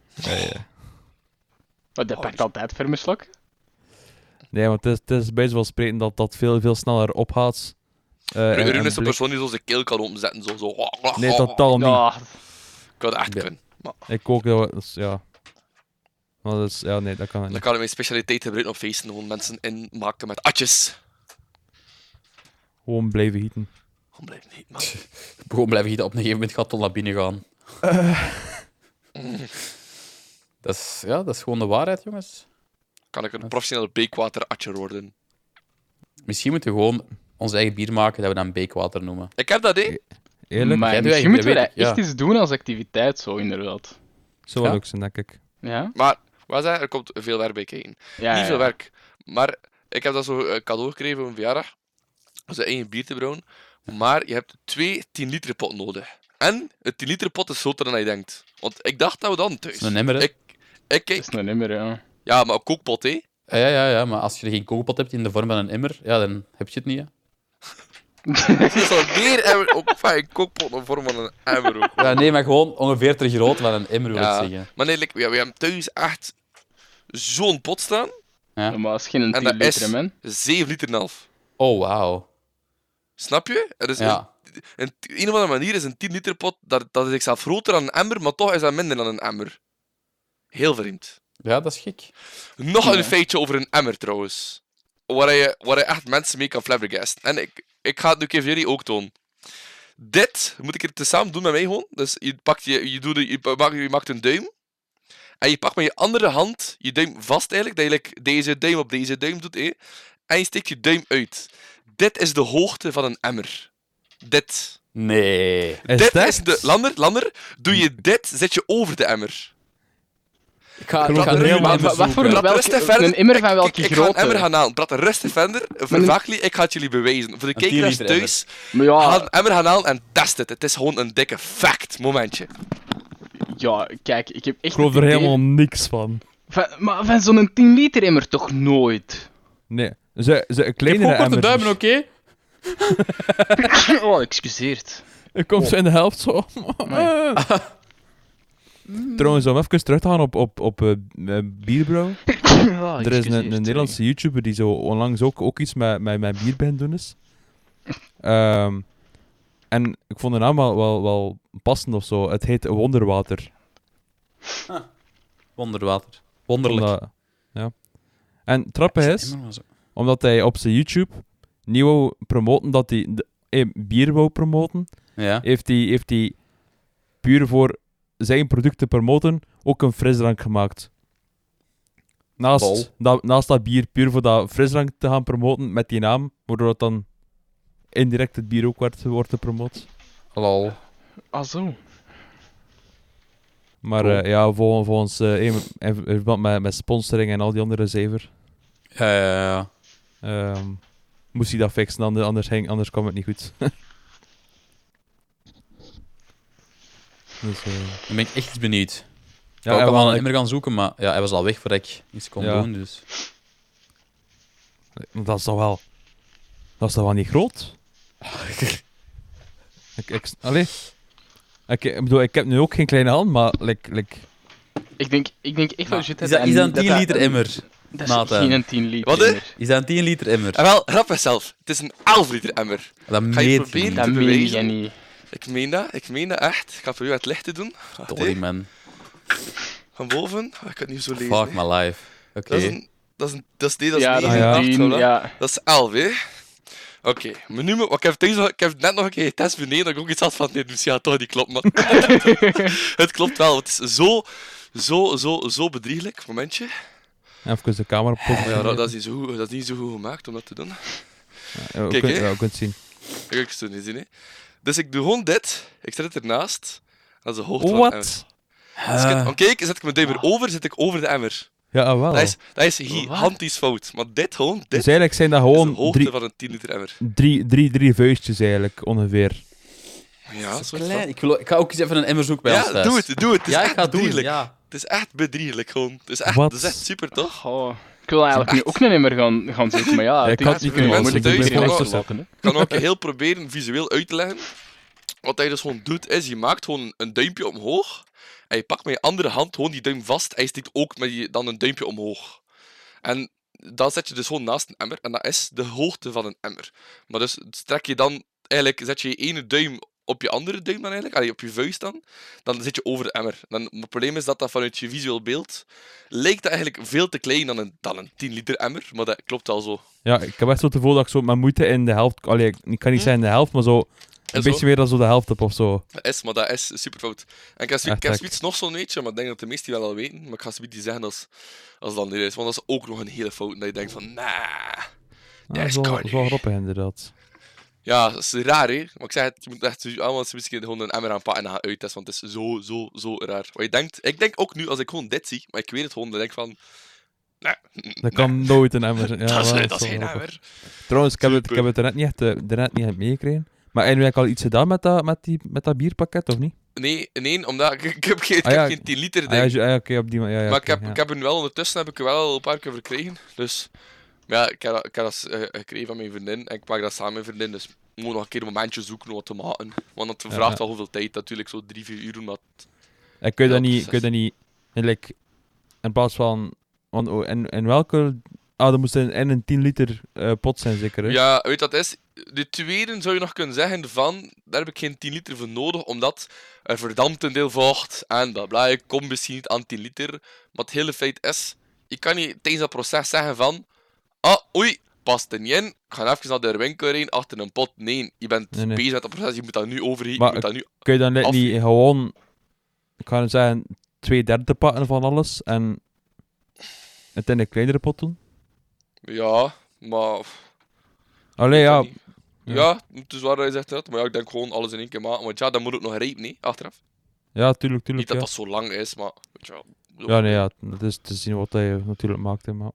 Maar dat pakt altijd vermeslok. Nee, want het is bij wel spreken dat veel sneller opgaat. Ruben is een persoon die zo zijn keel kan openzetten. Zo. Nee, totaal niet. Ja, Ik kan dat echt Ja. kunnen. Maar Ik ook, dus, ja. Maar dat is, ja, nee, dat kan dan niet. kan ik mijn specialiteit gebruiken op feesten. Gewoon mensen inmaken met atjes. Gewoon blijven gieten. Gewoon blijven niet, man. Gewoon blijven gieten. Op een gegeven moment gaat het al naar binnen gaan. Dat is gewoon de waarheid, jongens. Kan ik een professioneel beekwater-atje worden? Misschien moeten we gewoon ons eigen bier maken dat we dan beekwater noemen. Ik heb dat, hè. Eerlijk, maar Jij doet misschien moeten we eigenlijk- dat ja. echt eens doen als activiteit, zo inderdaad. zou wel Ja? leuk zijn, denk ik. Ja? Maar, wat zeg, er komt veel werk bij kijken. Ja, Niet veel ja. werk. Maar ik heb dat zo cadeau gekregen voor mijn verjaardag. Om zijn eigen bier te brouwen. Maar je hebt 2 10-liter pot nodig. En het 10-liter pot is groter dan je denkt. Want ik dacht dat we dan thuis. Een emmer, hè? Ik Dat kijk. is een nummer, ja. Ja, maar een kookpot, hè. Ja, maar als je geen kookpot hebt in de vorm van een emmer, ja, dan heb je het niet, hè. Dat is al meer emmer. Ook van een kookpot in de vorm van een emmer ook. Ja, nee, maar gewoon ongeveer te groot van een emmer, wil Ja. ik zeggen. Maar nee, we hebben thuis echt zo'n pot staan. Ja, maar als geen 10 dat liter, is- man. 7 liter en half. Oh, wauw. Snap je? Er is Ja. een of andere manier is een 10-liter pot, dat is zelf groter dan een emmer, maar toch is dat minder dan een emmer. Heel vreemd. Ja, dat is gek. Nog Ja. een feitje over een emmer trouwens. Waar je echt mensen mee kan flabbergasten. En ik ga het nu een keer voor jullie ook tonen. Dit moet ik er tezamen doen met mij gewoon. Dus je maakt een duim. En je pakt met je andere hand je duim vast eigenlijk. Dat je deze duim op deze duim doet. En je steekt je duim uit. Dit is de hoogte van een emmer. Dit. Nee. Is dat? Is de... Lander, doe je dit, zit je over de emmer. Ik ga Wat het helemaal wat voor onderzoeken. welke- Rustig verder. een emmer van welke ik ga een grootte? emmer gaan halen. Praat rustig verder. Verwachtelijk, ik ga het jullie bewijzen. Voor de Een kijkers 10 liter thuis, Maar ga ja, een emmer gaan halen en test het. Het is gewoon een dikke fact. Momentje. ja, kijk, ik heb echt Ik geloof het er idee helemaal niks van. maar van zo'n 10 liter emmer toch nooit? Nee. Ze Ik heb kleinere gewoon korte emmers. duimen, oké? Oh, excuseerd. Ik kom zo in de helft zo. Trouwens, om even terug te gaan op bierbrouw. Oh, Er is een Nederlandse YouTuber die zo onlangs ook iets met bier begint doen is. En ik vond de naam wel passend of zo. Het heet Wonderwater. Wonderwater. Wonderlijk. Ja. En het grappige is, omdat hij op zijn YouTube niet wou promoten dat hij bier wou promoten, Ja. heeft hij puur voor zijn product te promoten ook een frisdrank gemaakt. Naast dat bier, puur voor dat frisdrank te gaan promoten met die naam, waardoor het dan indirect het bier ook wordt gepromoot. Lol. Ah, zo. Maar Cool. ja, volgens in verband met sponsoring en al die andere zever, Ja. moest hij dat fixen, anders kwam het niet goed. Dus, Dan ben ik echt benieuwd. ja, Ik wou ook wel, al een nummer gaan zoeken, maar ja, hij was al weg voordat ik iets kon Ja. doen, dus... dat is toch wel niet groot? Allee. Ik bedoel, ik heb nu ook geen kleine hand, maar Ik denk echt wel shit. Is dat een 10 liter emmer? Dat Nathan? is geen 10 liter Wat, hè? emmer. Is dat een 10 liter emmer? En wel, grappig zelf. Het is een 11 liter emmer. Dat Ga je meet proberen? niet. Dat te meen bewijzen. je niet. Ik meen dat echt. Ik ga voor u uit het licht te doen. Wacht, Sorry, hè. man. Van boven. Ik kan het niet zo lezen. Fuck hè. my life. Oké. Dat is 9, Ja, dat 8, is 10, voilà. ja. Dat is 11, hè. Oké, maar nu, ik heb net nog een keer getest beneden, dat ik ook iets had van, nee, dus ja, toch niet klopt, man. Het klopt wel, het is zo bedrieglijk. Momentje. even de camera op. Maar ja, dat is niet zo goed gemaakt om dat te doen. Ja, Kijk, hè. je kunt het zien. Ik kan het niet zien, hè. Dus ik doe gewoon dit, ik zet het ernaast. Dat is de hoogte van de emmer. Wat? Dus kijk, zet ik mijn duim erover, zit ik over de emmer. Ja, wel. Dat is gigantisch fout. Maar dit gewoon, dit Dus eigenlijk zijn dat is de gewoon hoogte van een 10 liter emmer. drie vuistjes eigenlijk, ongeveer. Ja, Dat is zo is klein. dat. Ik ga ook eens even een emmer zoeken bij ons Ja, thuis. doe het. Het is Ja, ik echt ga het doen. bedrieglijk. Ja. Het is echt bedriegelijk gewoon. Het is Wat? dat is echt super, toch? Oh, ik wil eigenlijk nu ook een emmer gaan zoeken, maar ja, Ik had niet kunnen mensen luisteren, thuis ik ben gaan voorstellen. lokken, hè. Ik kan ook heel proberen visueel uit te leggen. Wat hij dus gewoon doet, is je maakt gewoon een duimpje omhoog. En je pakt met je andere hand gewoon die duim vast. En je stikt ook dan een duimpje omhoog. En dan zet je dus gewoon naast een emmer. En dat is de hoogte van een emmer. Maar dus strek je dan... Eigenlijk zet je je ene duim op je andere duim dan eigenlijk. Allee, op je vuist dan. Dan zit je over de emmer. Het probleem is dat vanuit je visueel beeld... Lijkt dat eigenlijk veel te klein dan een 10 liter emmer. Maar dat klopt wel zo. Ja, ik heb echt zo het gevoel dat ik zo met moeite in de helft... Allee, ik kan niet zeggen de helft, maar zo... Een zo? beetje meer dan zo de helft heb of zo. Dat is super fout. En ik heb Echt. zoiets nog zo'n weetje, maar ik denk dat de meesten die wel al weten. Maar ik ga zoiets zeggen als dan dit is. Want dat is ook nog een hele fout. Dat je denkt van, nah. Ja, is dat kan is wel niet. grappig inderdaad. Ja, dat is raar, hè. Maar ik zeg het, je moet echt allemaal misschien gewoon een emmer aanpakken en dan gaan uittesten. Want het is zo raar. Wat je denkt, ik denk ook nu, als ik gewoon dit zie, maar ik weet het gewoon, dan denk ik van... Dat kan nooit een emmer zijn. Ja, dat is wel, geen wel grappig. emmer. Trouwens, ik heb Super. het er net niet meegekregen. Maar heb je al iets gedaan met dat bierpakket, of niet? Nee, omdat ik heb Ah, ja. geen 10 liter Ah, ding. ja, oké, op die manier. Ja, Maar oké, ik heb er wel ondertussen heb ik er wel een paar keer verkregen. Dus ja, ik heb dat gekregen van mijn vriendin. En ik maak dat samen met mijn vriendin. Dus ik moet nog een keer een momentje zoeken om wat te maken. Want het vraagt ja. wel hoeveel tijd natuurlijk, zo 3-4 uur. Maar En kun je Ja, dat niet like, in plaats van... Want, en welke... Ah, dat moest in een 10 liter pot zijn, zeker, hè? ja, weet je wat het is? De tweede zou je nog kunnen zeggen van, daar heb ik geen 10 liter voor nodig, omdat er verdampt een deel vocht en bla bla, je komt misschien niet aan 10 liter. Maar het hele feit is, je kan niet tijdens dat proces zeggen van, oei, past er niet in, ik ga even naar de winkel rijden achter een pot. Nee, je bent Nee. bezig met dat proces, je moet dat nu overheen, Maar je moet dat nu... Kun je dan net niet Afwegen. gewoon... Ik ga zeggen, 2/3 pakken van alles en het in een kleinere pot doen? Ja, maar... Allee, ja. niet. Ja, het is waar dat je zegt dat, maar ja, ik denk gewoon alles in één keer maken. Want ja, dan moet het nog rijpen, nee, achteraf. Ja, tuurlijk, Niet dat ja. dat zo lang is, maar... Weet je wel, Ja, nee, ja. Het is te zien wat hij natuurlijk maakt, hè, maar...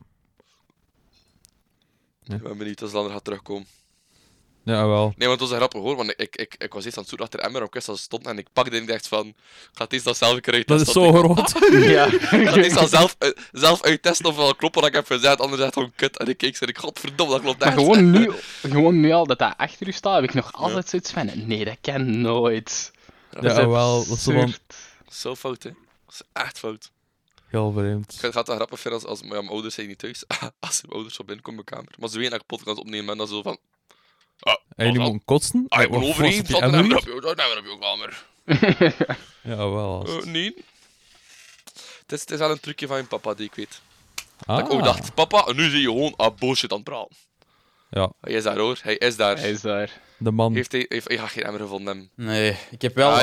Ik ben benieuwd als de ander gaat terugkomen. Ja, wel. Nee, want het was grappig hoor, want ik was eerst aan het zoeken achter de emmer, op dat stond en ik pakte en ik dacht van, gaat deze dan zelf een keer uittesten? Dat is zo groot. Ja. Gaat deze dan zelf uittesten of wel kloppen wat ik heb gezegd, anders zegt gewoon kut. En ik keek en ik, godverdomme, dat klopt Maar echt. gewoon nu al dat dat achter u staat, heb ik nog altijd zoiets van, nee, dat kan nooit. Ja, is wel. Dat is zo van... absurd. Zo fout, hè. Dat is echt fout. Heel vreemd. Ik ga het wel grappig vinden als maar ja, mijn ouders zijn niet thuis. Als mijn ouders zo binnenkomen in mijn kamer. Maar ze weten dat ik een podcast opnemen en dan zo van... En jullie moeten kotsen? Ah, ik Of ben was overheen het die van een emmer emmer? op je kamer. Ja, wel. Nee. Het is wel een trucje van je papa, die ik weet. Ah. Dat ik ook dacht, papa, en nu zie je gewoon bullshit aan het praten. Ja, Hij is daar hoor, hij is daar. Hij is daar. de man. Hij gaat geen emmer gevonden hebben. Nee, ik heb wel,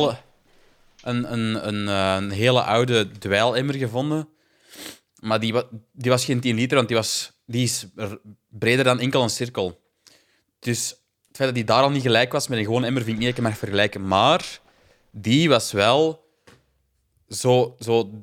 een hele oude dweilemmer gevonden. Maar die was geen 10 liter, want die is breder dan enkel een cirkel. Dus het feit dat die daar al niet gelijk was met een gewone emmer, vind ik niet dat ik hem mag vergelijken. Maar die was wel zo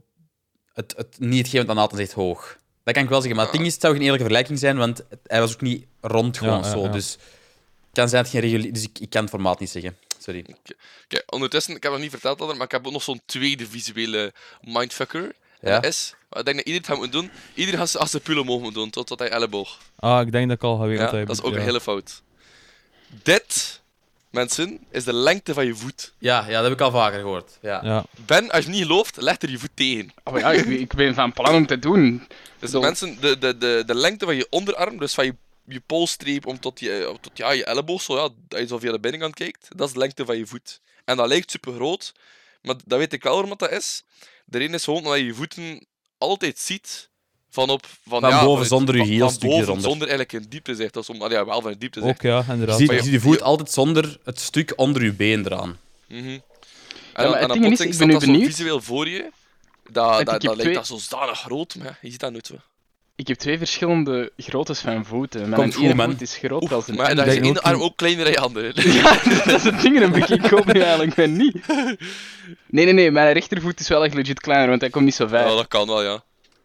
niet hetgeen wat Nathan zegt hoog. Dat kan ik wel zeggen. Maar het ding is, het zou geen eerlijke vergelijking zijn, want hij was ook niet rond gewoon zo. Ja. Dus het kan zijn dat het geen regulier... Dus ik kan het formaat niet zeggen. Sorry. Oké, ondertussen, ik heb nog niet verteld dat maar ik heb ook nog zo'n tweede visuele mindfucker. En Ja? dat is, wat ik denk dat iedereen het gaat moeten doen, iedereen gaat als zijn pulo mogen doen, tot hij elleboog. Ah, ik denk dat ik al ga weten Ja, wat hij dat is ook bedoelt, een hele fout. Dit, mensen, is de lengte van je voet. Ja, dat heb ik al vaker gehoord. Ja. Ja. Ben, als je niet gelooft, leg er je voet tegen. Oh, ja, ik ben van plan om te doen. Dus Zo. mensen, de lengte van je onderarm, dus van je polsstreep om tot je elleboog, zo, ja, dat je zo via de binnenkant kijkt, dat is de lengte van je voet. En dat lijkt super groot, maar dat weet ik wel waarom dat is. De reden is gewoon dat je je voeten altijd ziet van boven, zonder je hielstukje boven, eronder. zonder eigenlijk een dieptezicht. Dat is wel van een dieptezicht. Ook ja, inderdaad. Je ziet je voet altijd zonder het stuk onder je been eraan. Mhm. En maar dan, het en dan ding is, plotseling ik staat ben nu dat zo benieuwd. visueel voor je. Ik Dat heb lijkt twee- dat zo zalig groot, maar je ziet dat nooit zo. Ik heb 2 verschillende groottes van voeten. Mijn Komt goed, ene man. voet is groter als een Maar dan andere. is je denk ene ook arm ook kleiner dan je andere. Ja, dat is het ding, dan begin ik ook nu eigenlijk ben niet. Nee, mijn rechtervoet is wel echt legit kleiner, want hij komt niet zo ver. Ja, dat kan wel, ja.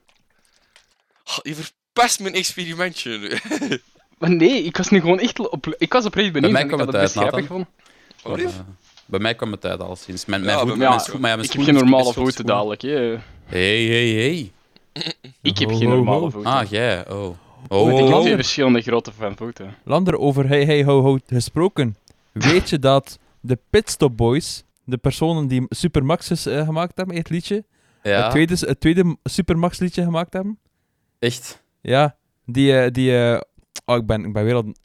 Je verpest mijn experimentje nu. Maar nee, ik was nu gewoon echt ik was oprecht benieuwd mij en ik kwam had het het best uit, grappig Nathan. gevonden. Wat lief? Bij mij kwam het uit al sinds. Mijn Ja, voet, bij mijn mij schoen, maar ja, mijn Ik heb schoen geen is normale best wel voeten schoen. dadelijk, hè. Hey. Ik heb Ho, geen ho, normale ho. voeten. Ah, jij. Oh. Want ik heb 2 Oh. verschillende grootte van voeten. Lander, over hey ho ho gesproken. Weet je dat de Pitstop Boys, de personen die Supermax's gemaakt hebben, het liedje, Ja, het tweede Supermax liedje gemaakt hebben? echt. Ja, oh, ik ben weer al...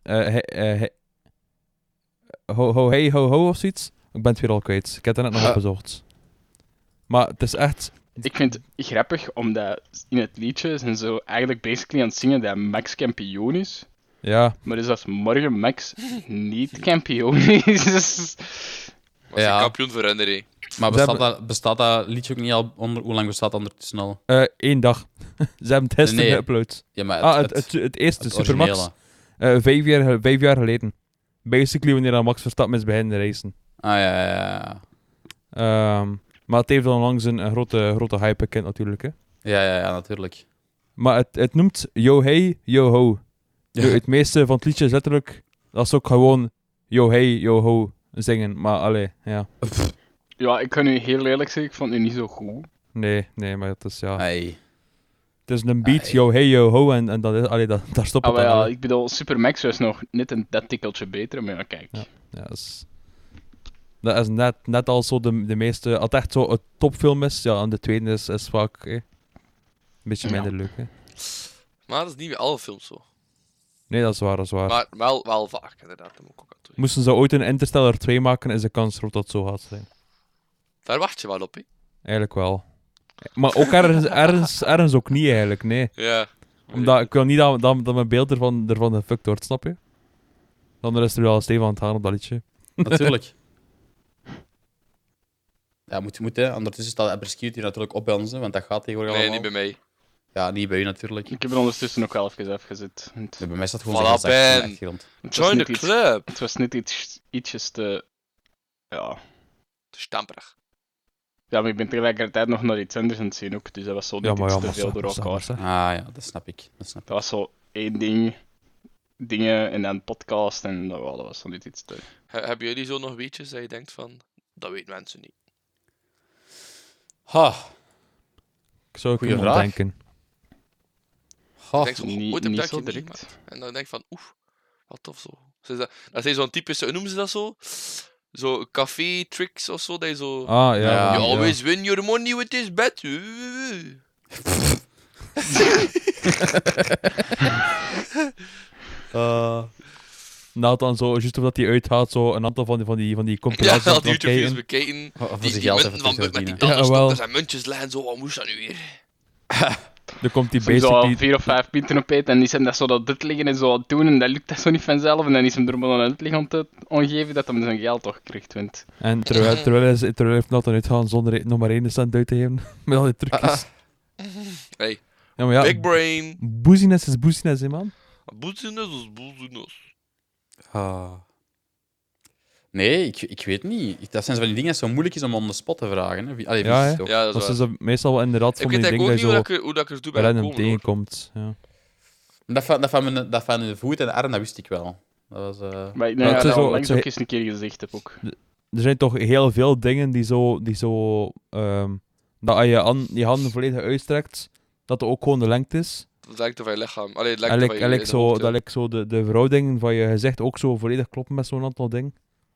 hey ho ho of zoiets. Ik ben het weer al kwijt. Ik heb het net nog opgezocht. Maar het is echt... Ik vind het grappig, omdat in het liedje zijn zo eigenlijk basically aan het zingen dat Max kampioen is. Ja, Maar dus als morgen Max niet kampioen is... Was je Ja. kampioen voor hen, hè? Maar Ze bestaat dat liedje ook niet al onder... Hoe lang bestaat dat ondertussen al? 1 dag. Ze hebben het gisteren Nee. geüpload. Ja, maar Het eerste het Supermax. originele. 5 jaar geleden. Basically wanneer dan Max Verstappen is beginnen racen. Ah, ja. Maar het heeft dan langs een grote hype gekend natuurlijk. Hè. Ja, natuurlijk. Maar het noemt Yo Hey, Yo Ho. Ja. Het meeste van het liedje is letterlijk... Dat is ook gewoon Yo Hey, Yo Ho zingen. Maar allee, ja. Ja, ik kan u heel eerlijk zeggen, ik vond het nu niet zo goed. Nee, maar het is ja... Hey. Het is een beat, Ai. Yo Hey, Yo Ho. En dat is... Allee, daar stopt het Maar dan. ja, allee. ik bedoel, Super Max was nog net een dat tikkeltje beter, maar ja, kijk. Ja. Ja, dat is net al zo de meeste... Als het echt zo een topfilm is, ja, en de tweede is vaak een beetje Ja. minder leuk. Hè. Maar dat is niet bij alle films zo. Nee, dat is waar. Maar wel vaak, inderdaad. Dat moet ik ook aan toe. Moesten ze ooit een Interstellar 2 maken, is de kans groot dat het zo gaat zijn. Daar wacht je wel op, hè? Eigenlijk wel. Maar ook ergens ook niet eigenlijk, nee. Ja. Omdat ik wil niet dat mijn beeld ervan gefuckt wordt, snap je? Dan is er wel stevig aan het gaan op dat liedje. Natuurlijk. Ja, moet hè. Ondertussen staat Apple natuurlijk op bij ons, hè, want dat gaat tegenwoordig Nee, allemaal. niet bij mij. Ja, niet bij u natuurlijk. Ik heb er ondertussen ook wel even afgezet. Nee, bij mij staat gewoon Voilà, zo zacht Ben. in de achtergrond. Het was Join net the iets- club. Het was net ietsjes te... Ja. Te stamperig. Ja, maar ik ben tegelijkertijd nog naar iets anders aan het zien ook, dus dat was zo Ja, net maar iets ja, te maar veel door elkaar. zeg. Ah ja, dat snap ik. Dat was zo één dingen en dan podcast en dat was zo net iets te... Hebben jullie zo nog weetjes dat je denkt van... Dat weten mensen niet. Ha. Ik zou Goeie kunnen vraag. denken. Ha. Ik denk zo, niet- ooit heb niet ik zo dat direct. meegemaakt. En dan denk ik van, oef, wat tof zo. Dat zijn zo'n typische, hoe noemen ze dat zo? Zo café-tricks of zo, dat je zo... Ah, ja. Ja. You always win your money with this bet. Nathan zo, juist omdat hij uitgaat, zo een aantal van die Ja, compilaties al aan die het YouTube-video's kijken. bekijken. Voor Die, zijn die geld munten even van met die verdienen. tandenstoppers wel. en muntjes leggen, zo, wat moest dat nu weer? Dan komt die Soms zo al basically... 4 of 5 punten op eten en die zijn dat zo dat dit liggen en zo aan het doen en dat lukt dat zo niet vanzelf en dan is hem er maar aan het liggen om te ongeven dat hem zijn geld toch krijgt, want... En terwijl hij heeft Nathan uitgaan zonder nog maar 1 cent uit te geven. Met al die trucjes. Hey, Ja, maar ja, big brain. boeziness is boeziness, hè, man. Boezenes is boezenes. Ah. Nee, ik weet niet. Dat zijn zo van die dingen dat zo moeilijk is om on the spot te vragen. Hè. Allee, Ja, vies hè. toch? Ja, dat Dat is is waar. dus meestal wel inderdaad Ik van weet die eigenlijk dingen ook dat niet je hoe dat ik er toe zo ben random gekomen, hoor. tegenkomt. Ja. Dat van de voet en de arm, dat wist ik wel. Dat was... Maar ik Maar denk het dat is ik zo- onlangs het is- ook eens een keer gezegd heb ook. Er zijn toch heel veel dingen die zo dat als je handen volledig uitstrekt, dat er ook gewoon de lengte is. Dat lijkt van je lichaam. Allee, het En lijkt van je like in de hoofd, dat ja. like zo de verhoudingen van je gezicht ook zo volledig kloppen met zo'n aantal dingen.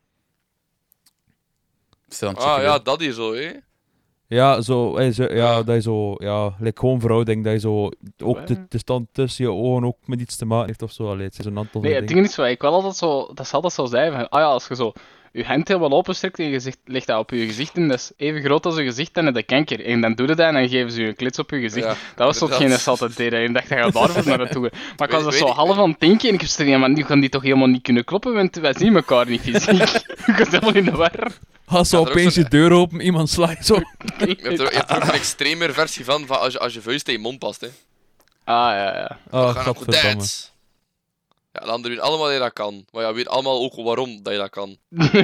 Stel aan het Ah checken ja, weer. dat hier zo, hè. Ja, zo, ja, Ja. dat je zo, ja, like gewoon verhouding, dat je zo, ook de stand tussen je ogen ook met iets te maken heeft of zo. Allee, het is een aantal Nee, het dingen. ding is wel, ik wel altijd zo, dat ze altijd zo zeiden van, ah ja, als je zo je hand helemaal openstrekt en je legt dat op je gezicht en dat is even groot als je gezicht en de kanker. En dan doe je dat en dan geven ze je een klits op je gezicht. Ja, Dat was zo hetgeen dat inderdaad. ze altijd deden. En ik dacht, dat gaat daarvoor naar naartoe. Maar ik was er Weet- zo weet- half aan het denken en ik heb zoiets van, ja, maar nu gaan die toch helemaal niet kunnen kloppen, want wij zien elkaar niet fysiek. Ik was helemaal in de war. Als zo Ja, er ook opeens zo'n- je deur open, iemand slaat zo. Je hebt er ook een extremer versie van als je vuist in je mond past, hè. Ah, ja, ja. Oh, Gaan op godverdamme. dance. Ja, de anderen weten allemaal dat je dat kan. Maar ja, weet allemaal ook waarom dat je dat kan.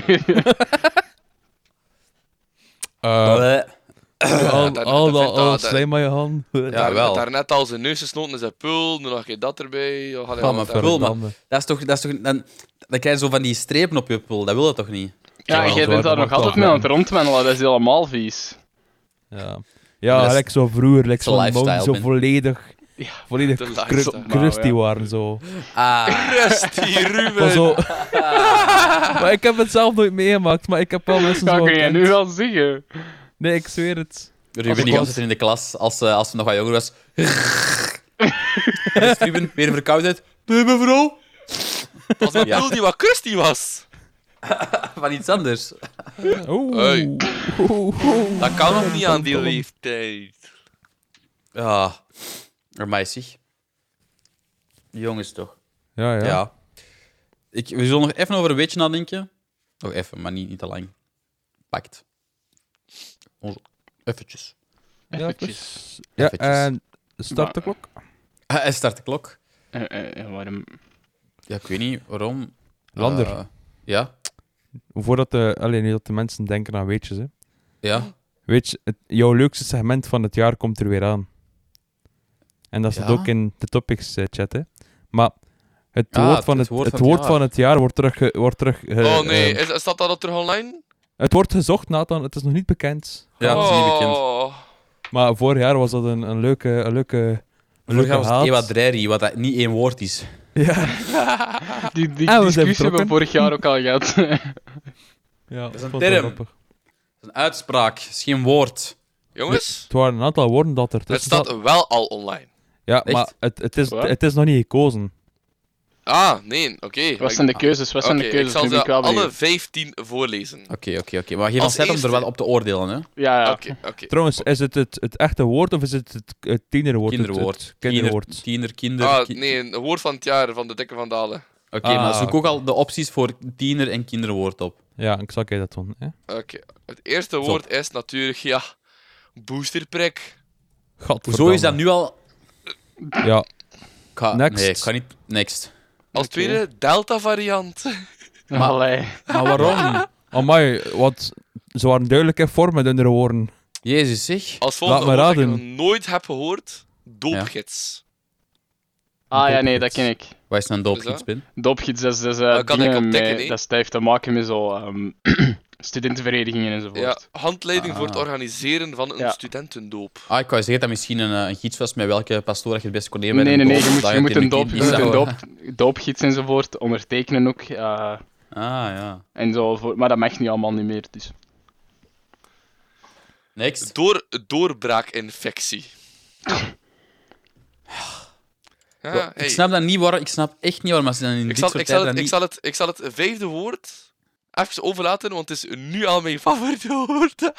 Bleh. Al dat- slijm aan je hand. Ja, wel. Daarnet al zijn neus gesnoten, zijn pul, nu nog een dat erbij. Oh, Ja, maar pul, man. Verdamme. Dat is toch dan krijg je zo van die strepen op je pul. Dat wil je toch niet? Ja, Ja, jij dat bent daar mag nog altijd wel. mee aan het rondwandelen, dat is helemaal vies. Ja, ja Dat is- gelijk zo vroeger, like is zo'n lifestyle, mouw die zo man. volledig Ja, volledig de lifestyle. crusty Ja. waren zo. Ah. Rusty Van Ruben! zo. Maar ik heb het zelf nooit meegemaakt, maar ik heb wel mensen dat zo kun je gekend. nu wel zeggen. Nee, ik zweer het. Ruben die was- gans zitten in de klas als ze nog wat jonger was. Yes, Ruben, weer een verkoudheid. Nee, mevrouw. Was mijn Ja. pul die wat crusty was? Van iets anders. Oeh. Hey. Oeh. Dat kan nog niet aan die leeftijd. Ja. Maar zeg. Jongens toch. Ja, ja. Ja. We zullen nog even over een weetje nadenken. Nog even, maar niet te lang. Pakt. Eventjes. Eventjes. Ja, Eventjes. en start de klok. Hij start de klok. Waarom? Ja, ik weet niet waarom. Lander. Ja. Voordat nu dat de mensen denken aan weetjes, hè. Ja. Weet je, jouw leukste segment van het jaar komt er weer aan. En dat staat Ja? ook in de topics chat, hè. Maar het Ah, woord van het het, woord het van het woord van het jaar wordt terug Oh nee, staat dat terug online? het wordt gezocht, Nathan. Het is nog niet bekend. Ja, het is niet bekend. Oh. Maar vorig jaar was dat een leuke Vorig jaar was het haat. Ewa Dreri, wat dat niet één woord is. Ja. Die Ah, we zijn discussie hebben vertrokken. we vorig jaar ook al gehad. Ja, is een vond het wel term. grappig. Een uitspraak, is geen woord. Jongens, Het waren een aantal woorden dat er het tussen staat zat. wel al online. Ja, Echt? maar Wat? het is nog niet gekozen. Ah, nee, oké. Wat zijn de keuzes? Wat zijn de Oké, keuzes? ik zal Nu ben ze ik wel alle benieuwd. 15 voorlezen. Oké. Maar geef Als ons tijd om er eerste- wel op te oordelen, hè. Ja, ja. Oké. Trouwens, is het echte woord of is het tienerwoord? Kinderwoord. Het kinderwoord. Kinder. Ah, nee, een woord van het jaar van de Dikke van Dalen. Oké, Ah, maar zoek ook oké. al de opties voor tiener en kinderwoord op. Ja, ik zal je dat doen. Hè? Oké, het eerste woord is natuurlijk, ja, boosterprik. Gadverdamme. Zo is dat nu al... Ja, Nee, Next. ik ga niet... Next. Als Oké. tweede, Delta-variant. Maar- Allee. Maar waarom? amai, wat... Ze waren duidelijke vormen met hun woorden. Jezus, zeg. Als volgende Laat me woord dat ik raden. nog nooit heb gehoord, doopgids. Ah ja, nee, dat ken ik. Wat is een Is doopgids, dat? Ben? Doopgids, dat is kan ik dingen optikken, met... hè? Dat heeft te maken met zo... studentenverenigingen enzovoort. Ja, handleiding voor het Ah. organiseren van een Ja. studentendoop. Ah, ik wou zeggen dat misschien een gids was met welke pastoor je het best kon nemen. Nee, en nee, nee, doop, je moet, dat je het moet in een, de doop, kind je niet moet een zou- doopgids enzovoort ondertekenen ook. Ah, ja. En zo, maar dat mag niet allemaal niet meer, dus... Next. Doorbraakinfectie. Ja, Ik snap dat niet ik snap echt niet waarom ze dan in dit soort tijden niet... Ik zal het vijfde woord even overlaten, want het is nu al mijn favoriete woord.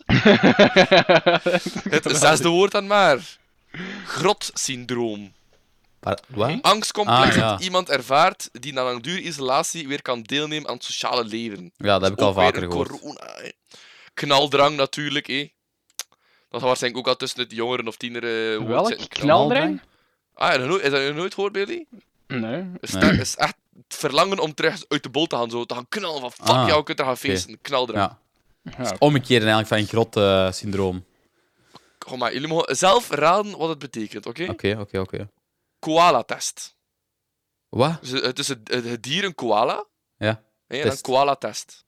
Het zesde woord dan maar. Grotsyndroom. Wat? Angstcomplex Ah, ja. dat iemand ervaart die na langdurige isolatie weer kan deelnemen aan het sociale leven. Ja, dat heb ik al Ook weer vaker een gehoord. corona, hè. Knaldrang natuurlijk, hè. Dat zal waarschijnlijk ook al tussen het jongeren of tieneren woord Welk? zitten. Knaldrang? Ah, is dat nog nooit gehoord bij jullie? Nee. Nee. Is echt het verlangen om terug uit de bol te gaan, zo, te gaan knallen van fuck Ah, jou, je kunt er gaan feesten. Knaldrang. Ja. Ja, Omgekeerd eigenlijk van grot-syndroom. Kom maar, jullie mogen zelf raden wat het betekent, oké? Oké. Koala-test. Wat? Dus het is het dier een koala, Ja. hè, en een Test. koala-test.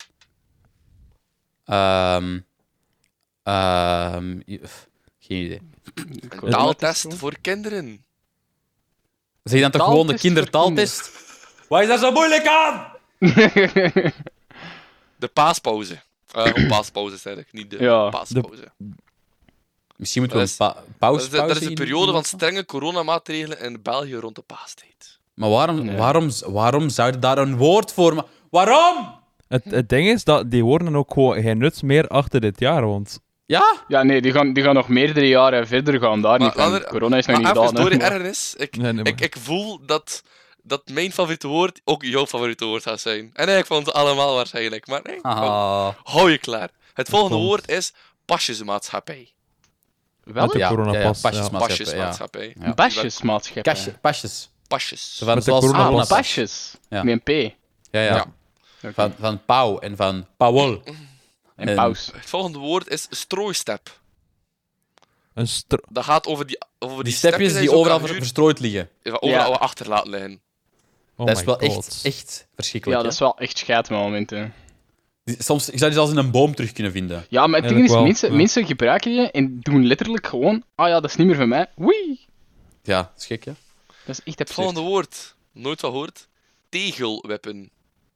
Geen idee. Een taaltest voor kinderen. Zeg je dan toch gewoon de kindertaaltest? Wat is daar zo moeilijk aan? De paaspauze. Gewoon paaspauze, zeg ik, niet de Ja. paaspauze. Misschien moeten we Dat is- een pauze Dat is een periode van strenge coronamaatregelen in België rond de paastijd. Maar waarom, Nee. waarom zou je daar een woord voor... Waarom? Het ding is dat die woorden ook gewoon geen nut meer achter dit jaar, want... Ja? Ja, nee, die gaan nog meerdere jaren verder gaan. Daar niet van. Corona is nog niet Maar even gedaan. door hè, de maar- ergernis. Nee, maar- Ik voel dat mijn favoriete woord ook jouw favoriete woord gaat zijn. En eigenlijk van ons allemaal waarschijnlijk. Maar nee, hou je klaar. Het volgende komt. woord is pasjesmaatschappij. Met de Welk? coronapas, Pasjesmaatschappij. Ja. Basjesmaatschappij. Pasjes. Pasjes. Zo van, Met de zoals corona- ananas. Pasjes. Ja. Met een P. Ja. Ja. Oké. Van pauw en van pauwel. En paus. Het volgende woord is strooistep. Een Dat gaat over die Die stepjes je die zo overal kan huren- verstrooid liggen. overal Ja. achter laten liggen. Oh Dat is my wel god. echt verschrikkelijk. Ja, dat is wel echt scheid met momenten. Soms, ik zou die zelfs in een boom terug kunnen vinden. Ja, maar het ding is, Eigenlijk wel, ja. mensen gebruiken die en doen letterlijk gewoon... Ah ja, dat is niet meer van mij. Wee! Ja, dat is gek, hè? Dat is echt Het absurd. volgende woord, nooit van gehoord. Tegelwippen.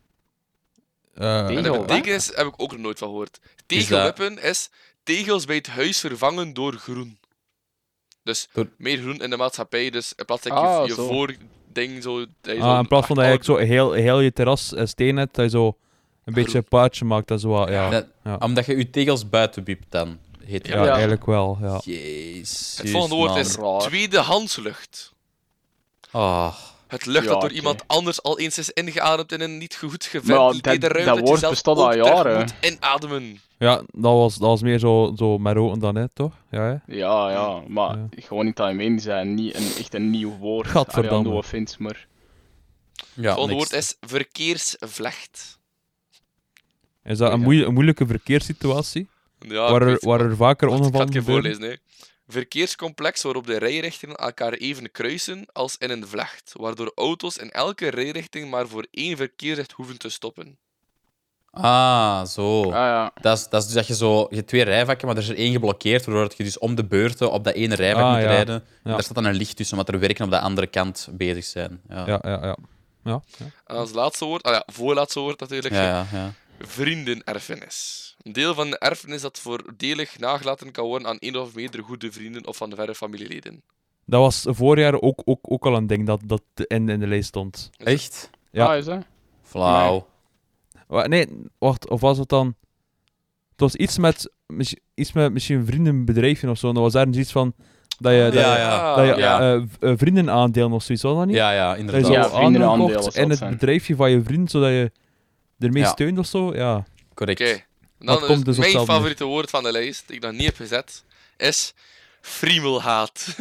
En de Tegel, betekenis heb ik ook nog nooit van gehoord. Tegelwippen is tegels bij het huis vervangen door groen. Dus Door- meer groen in de maatschappij, dus in plaats van Ah, je zo. voording zo... dat je zo Ah, in plaats van dat je echt eigenlijk zo heel je terras steen hebt, dat je zo een beetje een paadje maakt, dat is wel, ja. Dat- Ja. Omdat je je tegels buiten wiept, dan heet Ja, het. Ja. eigenlijk wel, ja. Jezus, Het volgende woord man. is Raar. tweedehandslucht. Ah, Het lucht Ja, dat door oké. iemand anders al eens is ingeademd in een niet goed Maar ja, geventileerde dat ruimte. woord je zelf bestaat al ook terug jaren. moet inademen. Ja, dat was meer zo met roken dan net, toch? Ja, hè? Ja, maar Ja. gewoon niet algemeen zijn. Niet echt een nieuw woord. Gadverdamme. Allee, no offense, maar... ja, Het volgende niks. woord is verkeersvlecht. Is dat een, een moeilijke verkeerssituatie? Ja, Waar er vaker Wacht, ik ga ongevallen het even gebeuren? voorlezen. Hè. Verkeerscomplex waarop de rijrichtingen elkaar even kruisen als in een vlecht, waardoor auto's in elke rijrichting maar voor één verkeersrecht hoeven te stoppen. Ah, zo. Ah ja. Dat is dus dat je hebt twee rijvakken, maar er is er één geblokkeerd, waardoor je dus om de beurten op dat ene rijvak Ah, moet ja. rijden. Ja. En daar staat dan een licht tussen, omdat er werken op de andere kant bezig zijn. Ja, Ja. Ja. En als laatste woord, voorlaatste woord natuurlijk, ja. vriendenerfenis. Een deel van de erfenis dat voordelig nagelaten kan worden aan één of meerdere goede vrienden of van verre familieleden. Dat was voorjaar ook al een ding dat in de lijst stond. Echt? Ja. Ah, is dat? Flauw. Nee, wacht, of was het dan... Het was iets met misschien een vriendenbedrijfje of zo. En dat was ergens iets van... Dat je, dat je Ja. vrienden aandelen of zoiets, was dat niet? Ja, Dat je inderdaad. zo Ja, vrienden aandelen aandelen kocht zal in het het zijn. bedrijfje van je vriend, zodat je ermee Ja. steunt of zo. Ja. Correct. Oké, Dat dan komt is dus op mijn hetzelfde favoriete woord van de lijst, die ik nog niet heb gezet, is friemelhaat.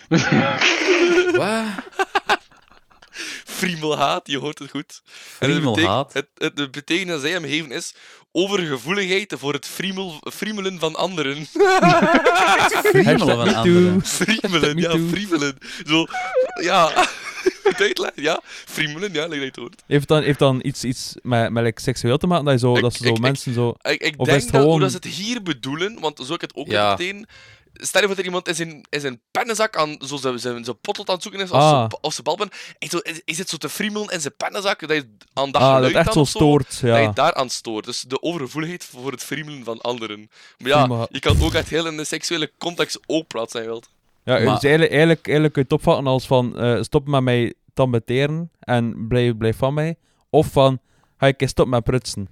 Wat? Friemelhaat, je hoort het goed. En Friemelhaat? de betekenis dat zij hem geven is overgevoeligheid voor het friemelen van anderen. Friemelen van me anderen. too. Friemelen, Me ja, too. friemelen. Zo, ja. Moet uitleggen? Ja, friemelen, ja, lijkt dat je het hoort. Heeft dan iets met like, seksueel te maken? Dat, je zo, dat ze zo mensen zo... Ik Of is denk het dat, gewoon- hoe dat ze het hier bedoelen, want zo ik het ook Ja. meteen. Stel je voor dat er iemand in zijn pennenzak aan zo zijn potlood aan het zoeken is, of zijn balpen, en zo, hij zit zo te friemelen in zijn pennenzak, dat je aan dat dat geluid echt dan zo of zo, stoort, dat je ja. daar aan stoort. Dus de overgevoeligheid voor het friemelen van anderen. Maar ja, Friemel- je kan ook uit heel in de seksuele context ook praten zijn wilt. Ja, Maar- dus eigenlijk kun je het opvatten als van stop met mij tambeteren en blijf van mij. Of van, ga ik eens stop met prutsen.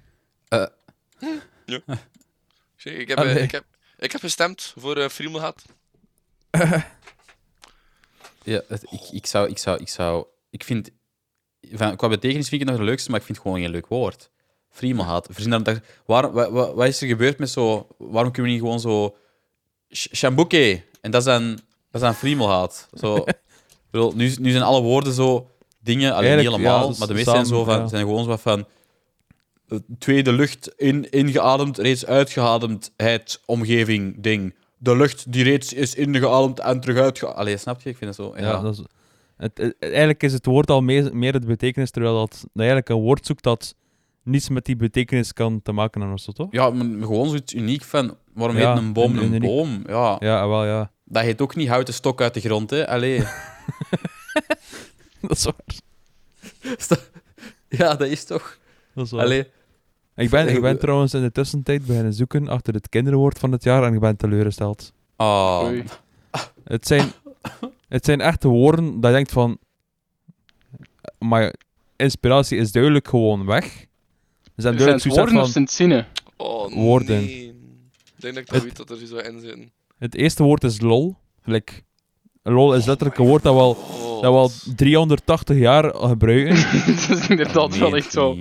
Zie, ik Allee. heb gestemd voor Friemelhaat. Ja, ik vind... Qua betekenis vind ik het nog het leukste, maar ik vind het gewoon geen leuk woord. Friemelhaat. Wat is er gebeurd met zo... Waarom kunnen we niet gewoon zo... Shambuke. En dat is dan friemelhaat. Zo, ik bedoel, nu zijn alle woorden zo dingen, alleen niet Eigenlijk, helemaal, ja, maar de meeste zijn, zo van, ja. zijn gewoon zo wat van... tweede lucht ingeademd, reeds uitgeademdheid, omgeving, ding. De lucht die reeds is ingeademd en terug uitgeademd. Allee, snap je? Ik vind het zo... Ja, dat is, eigenlijk is het woord al meer de betekenis, terwijl dat eigenlijk een woord zoekt dat niets met die betekenis kan te maken hebben, of zo, toch? Ja, maar gewoon zoiets uniek van... Waarom Ja, heet een boom een uniek. boom? Ja, Ja, wel, ja. dat heet ook niet houten stok uit de grond, hè. Allee. Dat is waar. Ja, dat is toch... Dat is waar. Allee. Ik ben trouwens in de tussentijd beginnen zoeken achter het kinderwoord van het jaar en ik ben teleurgesteld. Oh. Oei. Het zijn echte woorden dat je denkt van... Maar inspiratie is duidelijk gewoon weg. Er zijn Zijn duidelijk het zoiets woorden of van... zijn het zinnen? Oh, Woorden. nee. Ik denk dat ik dat weet dat er zo in zitten. Het eerste woord is lol. Lol is letterlijk een woord dat we al 380 jaar gebruiken. Dat is inderdaad wel echt zo.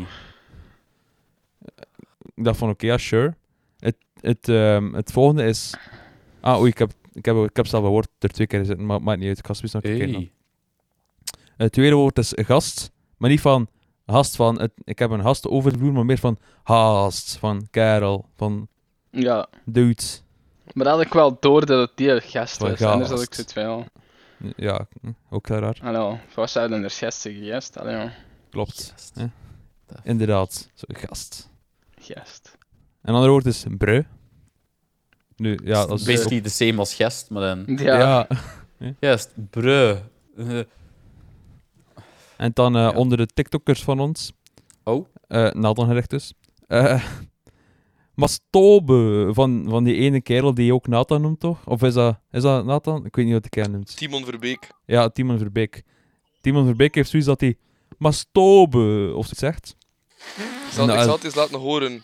Ik dacht van oké, ja, sure. Het volgende is... oei, ik heb zelf een woord er 2 keer gezeten, maar het maakt niet uit. Ik ga eens nog een keer kijken. Hey. Het tweede woord is gast, maar niet van gast van... ik heb een gast over de vloer, maar meer van haast, van kerel, van Ja, dude. maar dat had ik wel door dat het die gast Van was. Anders had ik gast. zoiets van, ja. Ja, ook heel raar. Hallo, wat zouden er gast zeggen? Gast? Allee, ja. Klopt. Gast. Ja. Inderdaad, zo gast. Gast. Een ander woord is breu. Nu, ja, dat is... Basically the same als gest, maar dan... Ja. Ja. Gest, breu. En dan Ja. onder de TikTokkers van ons, Oh. Nathan gericht dus. Mastobe, van die ene kerel die je ook Nathan noemt, toch? Of is dat Nathan? Ik weet niet wat de kerel noemt. Timon Verbeek. Ja, Timon Verbeek. Timon Verbeek heeft zoiets dat hij Mastobe of zoiets zegt. Ik zal Nou, het eens laten horen.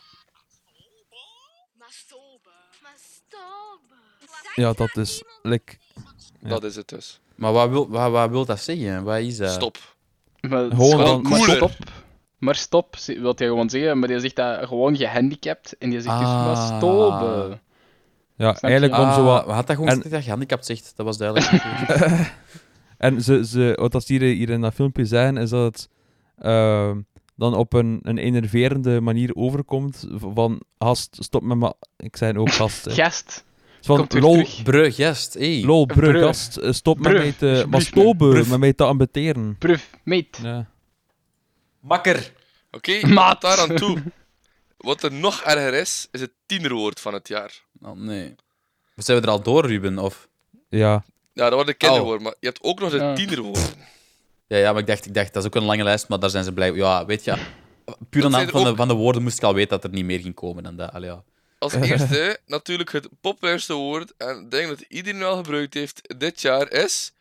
Ja, dat is... Ja. Dat is het dus. Maar wat wil dat zeggen? Wat is dat? Stop. Maar, Gewoon maar dan- maar stop. Maar stop, wil hij gewoon zeggen. Maar die zegt dat gewoon gehandicapt. En die zegt dus Ah. maar stobe. Ja, Snap je? eigenlijk om zo wat... We had dat gewoon En- gezegd dat je gehandicapt zegt. Dat was duidelijk. En wat ze hier in dat filmpje zeggen, is dat het dan op een enerverende manier overkomt van gast, stop met me. Ik zei ook gast. Hè. Gast. Van Komt weer lol, terug. Breu, gest. Hey. lol, brug, Brug. gast, stop met Brug, mij te... alsjeblieft, Mastobe, brug. met mij te ambeteren. Bruf, meet. Ja. Makker. Oké, Maat. daar aan toe. Wat er nog erger is, is het tienerwoord van het jaar. Oh, nee. Zijn we er al door, Ruben? Of... Ja. Ja, dat wordt een kinderwoord, maar je hebt ook nog de Ja. tienerwoorden. Ja, maar ik dacht, dat is ook een lange lijst, maar daar zijn ze blij. Ja, weet je, puur aan zijn de hand er van, ook- van de woorden moest ik al weten dat er niet meer ging komen dan dat. Allee, ja. Als eerste, natuurlijk het populairste woord, en ik denk dat iedereen wel gebruikt heeft dit jaar, is...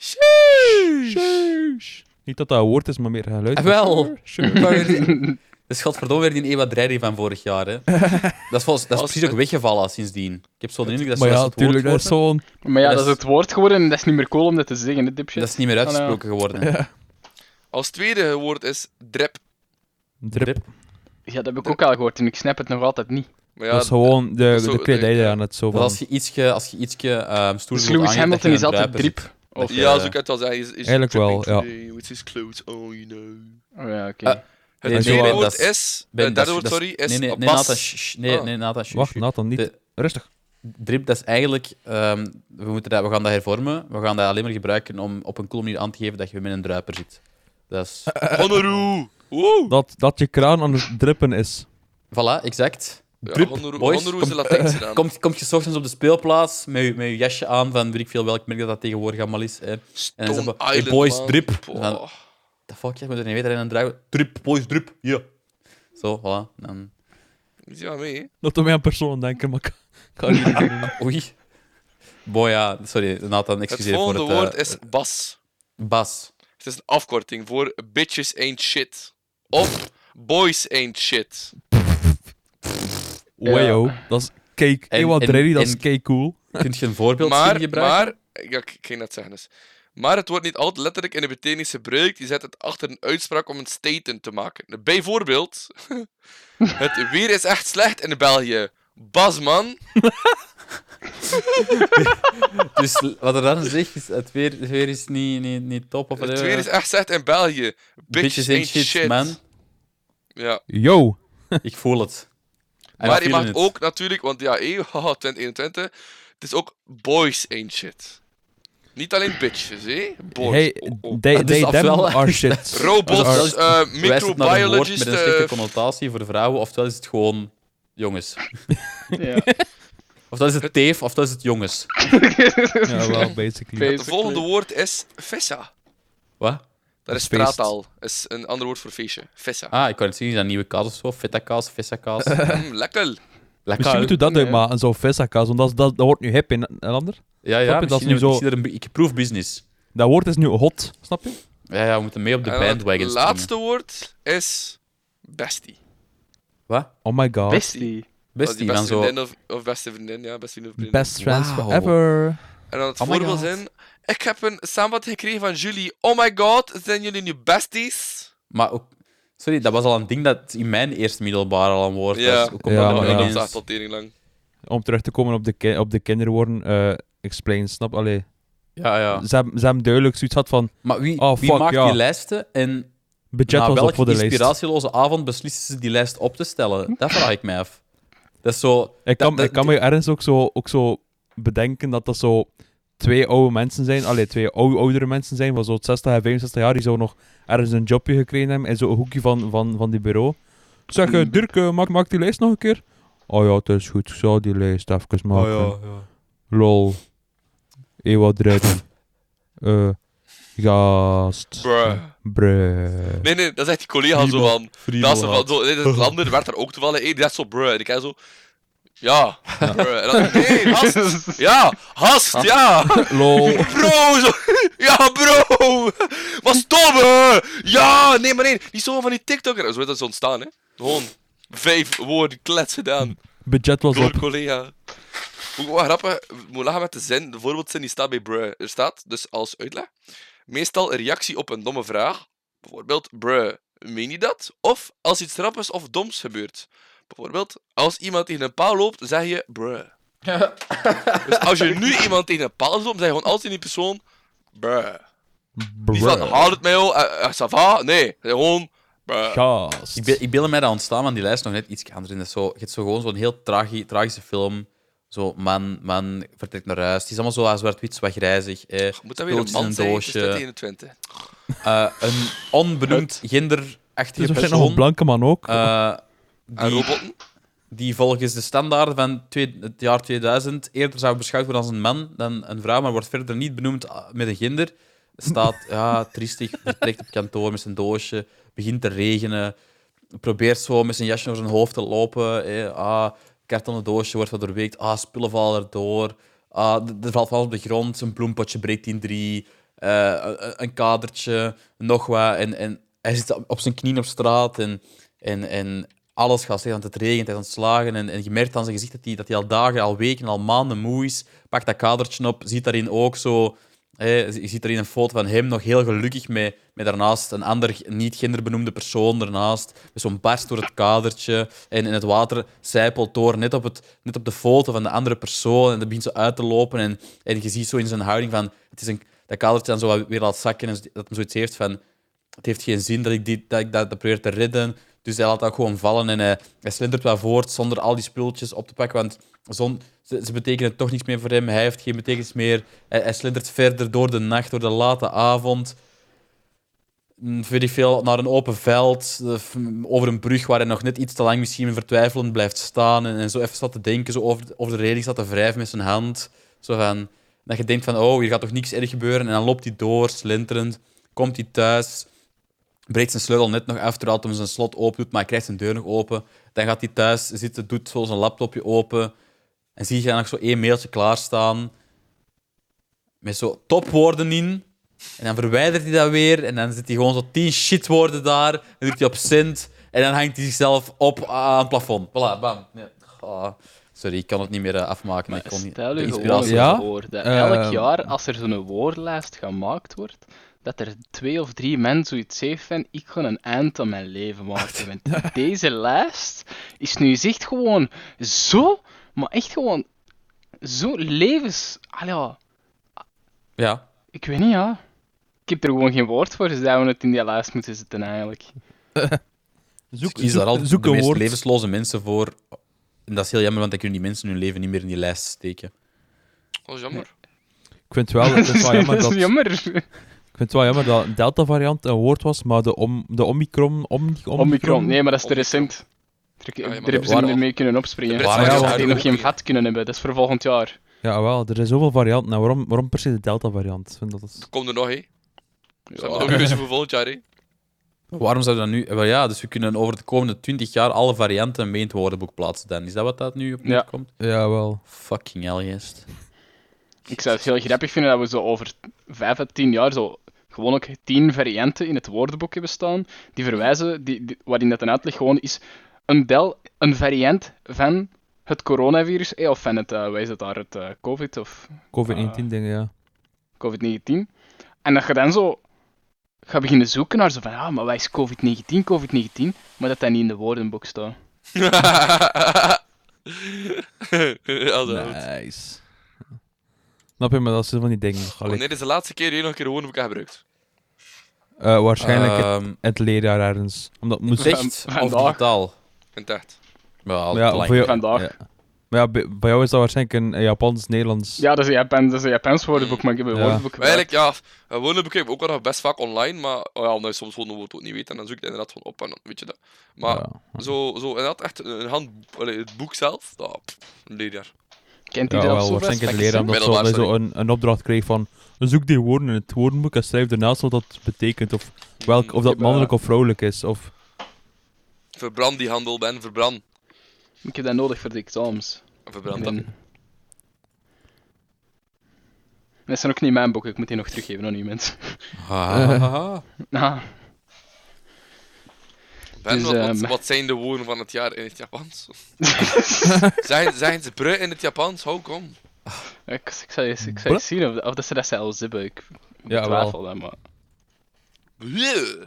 Sheesh. Niet dat dat een woord is, maar meer geluid. Wel. Sure. Maar weer- Dus godverdomme weer die Ewa Dreiri van vorig jaar. Hè. Dat is precies ook weggevallen sindsdien. Ik heb zo de indruk dat Maar ze ja, het woord tuurlijk, dat is worden. zo'n... Maar ja, Dat dat is- is het woord geworden en dat is niet meer cool om dat te zeggen, hè, dipshit. Dat is niet meer uitgesproken geworden. Als tweede woord is drip. Drip. Ja, dat heb ik ook al gehoord en ik snap het nog altijd niet. Maar ja, Dat is gewoon dat de is zo- kledij ja. aan het zo Dat van... als je ietsje stoer Dus wilt Lewis aangeven, dat Hamilton je is een altijd druiper drip. zit. Of, je- ja, zo kan je het wel zeggen. Is Eigenlijk wel, dripping ja. today with his clothes, oh, you know. Oh ja, oké. Nee, Het nee, tweede dat woord is- is... Ben, Het dat derde woord, sorry, is nee, bas. Nathan, nee, Ah. nee, Nathan, Wacht, Nathan, niet. De- Rustig. Drip, dat is eigenlijk... we gaan dat hervormen. We gaan dat alleen maar gebruiken om op een coole manier aan te geven dat je met een druiper zit. Dat is... Honoroo. Woe. Dat je kraan aan het drippen is. Voilà, exact. Ja, Drip, Honoroo boys. is de Latijnse naam. Komt je 's ochtends op de speelplaats met je jasje aan van weet ik veel welk merk dat tegenwoordig allemaal is. Hè. En dan Stone zeggen we, hey Island, boys, man. drip. Boah. Van, the fuck, je moet er niet weten in een druiper. Drip, boys, drip, ja. Zo, voilà. Dan... Is ja mee, hè? Dat doet mij aan personen denken, maar ik kan niet doen. Oei. Boja, sorry, Nathan, Het excuseer voor volgende het... woord is bas. Bas. Het is een afkorting voor bitches ain't shit. Of boys ain't shit. Wayo, dat is cake. En- Wat en- Dreddy, dat is en- cake cool. Kun je een voorbeeld gebruiken? Ja, ik ging net zeggen dus. Maar het wordt niet altijd letterlijk in de betekenis gebruikt. Je zet het achter een uitspraak om een statement te maken. Bijvoorbeeld, het weer is echt slecht in België. Bas, man. Dus wat er dan zegt, is het weer is niet top. Of Het weer is echt slecht in België. Bitches ain't shit. man. Ja. Yo. Ik voel het. I'm Maar je mag feeling it. ook natuurlijk, want ja, haha, 2021. Het is ook boys ain't shit. Niet alleen bitches, hè? Boys. Hey, Oh, oh. they Dus them ofwel- are shit. Robots, Wijst het naar een woord microbiologist. met een slechte connotatie voor vrouwen, oftewel is het gewoon jongens. Ja. Oftewel is het teef, oftewel is het jongens. Ja, wel, basically. Het volgende woord is fessa. Wat? Dat is Feest. straattaal. Dat is een ander woord voor feestje. Fessa. Ah, ik kan het zien, is dat nieuwe kaas of zo? Feta kaas, vessa kaas. Lekker. Misschien moeten we dat Nee. uitmaken, zo'n vissa-kaas, want dat wordt nu hip in een ander. Ja, Snap je? Dat is nu zo- Ik proef business. Dat woord is nu hot, snap je? Ja, we moeten mee op de En dan bandwagon het springen. laatste woord is bestie. Wat? Oh my god. Bestie. Best Die die van beste zo... vriendin of beste vriendin, ja, beste vriendin of vriendin. Best friends Wauw. forever. En dan het Oh my voorbeeld God. zijn... Ik heb een samenvatting gekregen van jullie. Oh my god, zijn jullie nu besties? Maar ook... Sorry, dat was al een ding dat in mijn eerste middelbare al een woord was. Ja. Hoe komt Ja, dat maar nou dat ineens? is echt al tering lang. Om terug te komen op de kinderwoorden, explain, snap? Allee, Ja. ze hebben duidelijk zoiets gehad van Maar wie Oh, fuck, maakt ja. die lijsten en budget na was op welke voor de lijst. inspiratieloze avond beslissen ze die lijst op te stellen? Dat vraag ik mij af. Dat is zo... Ik kan me ergens ook zo bedenken dat zo twee oude mensen zijn, twee oudere mensen zijn, van zo 60 en 65 jaar, die zo nog ergens een jobje gekregen hebben in zo'n hoekje van die bureau. Zeg, Dirk, maak die lijst nog een keer? Oh ja, het is goed, ik zal die lijst even maken. Lol. Ewa Dreddy. Gast. Bruh. Nee, dat is echt die collega zo van... Dat is zo van... Zo, dit ander werd daar ook toevallig... Hey, die is zo bruh. En ik zei zo... Ja. Bruh. En dan... Nee, gast. Ja. Gast, ja. Lol. Bro, zo. Ja, bro. Maar stoppen. Ja, nee, maar nee. Die zo van die TikToker. Zo is dat zo ontstaan, hè. Gewoon 5 woorden kletsen gedaan. Budget was Door op. een collega. Ook wel grappig, moet lachen met de zin. De voorbeeldzin die staat bij bruh. Er staat dus als uitleg. Meestal een reactie op een domme vraag. Bijvoorbeeld, bruh, meen je dat? Of als iets grappigs of doms gebeurt. Bijvoorbeeld, als iemand tegen een paal loopt, zeg je bruh. Dus als je nu iemand tegen een paal loopt, zeg je gewoon altijd die persoon bruh. Niet van, haal het mij al, ça va? Nee, gewoon bruh. Gast. Ik beeld mij dat ontstaan van die lijst nog net iets anders in. Je hebt zo gewoon zo'n heel tragische film. Zo, man vertrekt naar huis. Het is allemaal zo zwart-wit, wat grijzig. Moet dat weer een Spultjes in man een zijn? Het is doosje. 2021. Een onbenoemd Het genderachtige is waarschijnlijk nog een persoon. blanke man ook. En Die, robotten? die volgens de standaarden van het jaar 2000 eerder zou beschouwd worden als een man dan een vrouw, maar wordt verder niet benoemd met een gender. Staat, triestig, vertrekt op kantoor met zijn doosje, begint te regenen, probeert zo met zijn jasje over zijn hoofd te lopen. Kartonnen doosje wordt wat doorweekt, spullen vallen erdoor. Er valt op de grond, zijn bloempotje breekt in 3, een kadertje, nog wat. En hij zit op zijn knieën op straat en alles gaat zeggen, want het regent, hij is ontslagen. En je merkt aan zijn gezicht dat hij al dagen, al weken, al maanden moe is. Pakt dat kadertje op, ziet daarin ook zo... Je ziet daarin een foto van hem nog heel gelukkig met daarnaast een ander niet-genderbenoemde persoon ernaast. Met zo'n barst door het kadertje. En het water zijpelt door, net op de foto van de andere persoon. En dat begint zo uit te lopen. En je ziet zo in zijn houding van... Dat kadertje dan zo weer laat zakken. En dat hij zoiets heeft van... Het heeft geen zin dat ik dat probeer te redden. Dus hij laat dat gewoon vallen en hij slentert wel voort zonder al die spulletjes op te pakken. Want ze betekenen toch niks meer voor hem. Hij heeft geen betekenis meer. Hij slentert verder door de nacht, door de late avond. Weet ik veel, naar een open veld, over een brug waar hij nog net iets te lang misschien vertwijfelend blijft staan. En zo even staat te denken, zo over de reling staat te wrijven met zijn hand. Zo van, dat je denkt van, hier gaat toch niks erg gebeuren. En dan loopt hij door, slenterend. Komt hij thuis, breekt zijn sleutel net nog af terwijl hij zijn slot open doet, maar hij krijgt zijn deur nog open. Dan gaat hij thuis zitten, doet zo zijn laptopje open en zie je dan nog zo 1 mailtje klaarstaan. met zo topwoorden in. En dan verwijdert hij dat weer. En dan zit hij gewoon zo 10 shitwoorden daar. En drukt hij op send. En dan hangt hij zichzelf op aan het plafond. Voilà, bam. Ja. Oh, sorry, ik kan het niet meer afmaken. Maar Ik kon niet... stel de je inspiratie- gewoon Ja? voor dat elk jaar, als er zo'n woordenlijst gemaakt wordt, dat er 2 of 3 mensen zoiets zeggen van, ik ga een eind aan mijn leven maken. Want deze lijst is nu echt gewoon zo, maar echt gewoon zo levens... ja, Ja. ik weet niet, ja. Ik heb er gewoon geen woord voor, dus dat we het in die lijst moeten zetten eigenlijk. Zoek, Kies daar al zoek de een meest woord. levensloze mensen voor. En dat is heel jammer, want dan kunnen die mensen hun leven niet meer in die lijst steken. Dat is jammer. Ik vind het wel jammer dat dat... is jammer. Ik vind het wel jammer dat een Delta-variant een woord was, maar de Omicron... Omicron, nee, maar dat is te recent. Daar Ja, maar hebben ze waarom- niet mee kunnen opspringen. De Britse Waarom variant die ook nog geen niet. vat kunnen hebben, dat is voor volgend jaar. Ja, wel. Er zijn zoveel varianten. Nou, waarom per se de Delta-variant? Ik vind dat is... Kom er nog, hè. Ze hebben Ja. nog een keuze voor volgend jaar, hè. Waarom zouden we dat nu... Wel ja, dus we kunnen over de komende 20 jaar alle varianten mee in het woordenboek plaatsen dan. Is dat wat dat nu op Ja. komt? Ja, wel. Fucking hell, yes. Ik zou het heel grappig vinden dat we zo over 5 à 10 jaar zo gewoon ook 10 varianten in het woordenboek hebben staan, die verwijzen, waarin dat een uitleg gewoon is een variant van het coronavirus, of van het, wat is het daar, het COVID of COVID-19 dingen, ja. COVID-19. En dat je dan zo gaat beginnen zoeken naar zo van, ja, maar wat is COVID-19, maar dat niet in de woordenboek staat. Ja, zo. Nice. Snap je, maar dat zijn van die dingen. Allee, Wanneer is de laatste keer dat je nog een keer een woordenboek hebt gebruikt? waarschijnlijk Ehm, het leerjaar ergens. Omdat het moest... Echt of vandaag. digitaal? In het echt. Ja, al Ja, te lang. voor jou- Vandaag. Ja. Maar ja, bij jou is dat waarschijnlijk een Japans-Nederlands... Ja, dat is een Japans woordenboek, maar ik heb een Ja. woordenboek Maar eigenlijk, ja, een woordenboek heb ik ook wel nog best vaak online, maar omdat je soms gewoon een woord ook niet weet, en dan zoek ik het inderdaad gewoon op en dan weet je dat. Maar Ja. zo inderdaad echt het boek zelf, dat, een leerjaar. Kent hij Ja, dat wel, zo waarschijnlijk vast? het leraar omdat Middelbaar, zo een opdracht kreeg van zoek die woorden in het woordenboek en schrijf daarnaast wat dat betekent of, of dat heb, mannelijk of vrouwelijk is. Of... Verbrand die handel, Ben, verbrand. Ik heb dat nodig voor de examens. Verbrand dat. Dat zijn ook niet mijn boeken, ik moet die nog teruggeven aan iemand. Ah. Ah, Ben, Dus, wat zijn de woorden van het jaar in het Japans? Zijn ze brui in het Japans? Hou kom. ik zou eens zien of dat ze dat zelfs hebben. Ik Ja, betwijfel dat, maar... Bleh.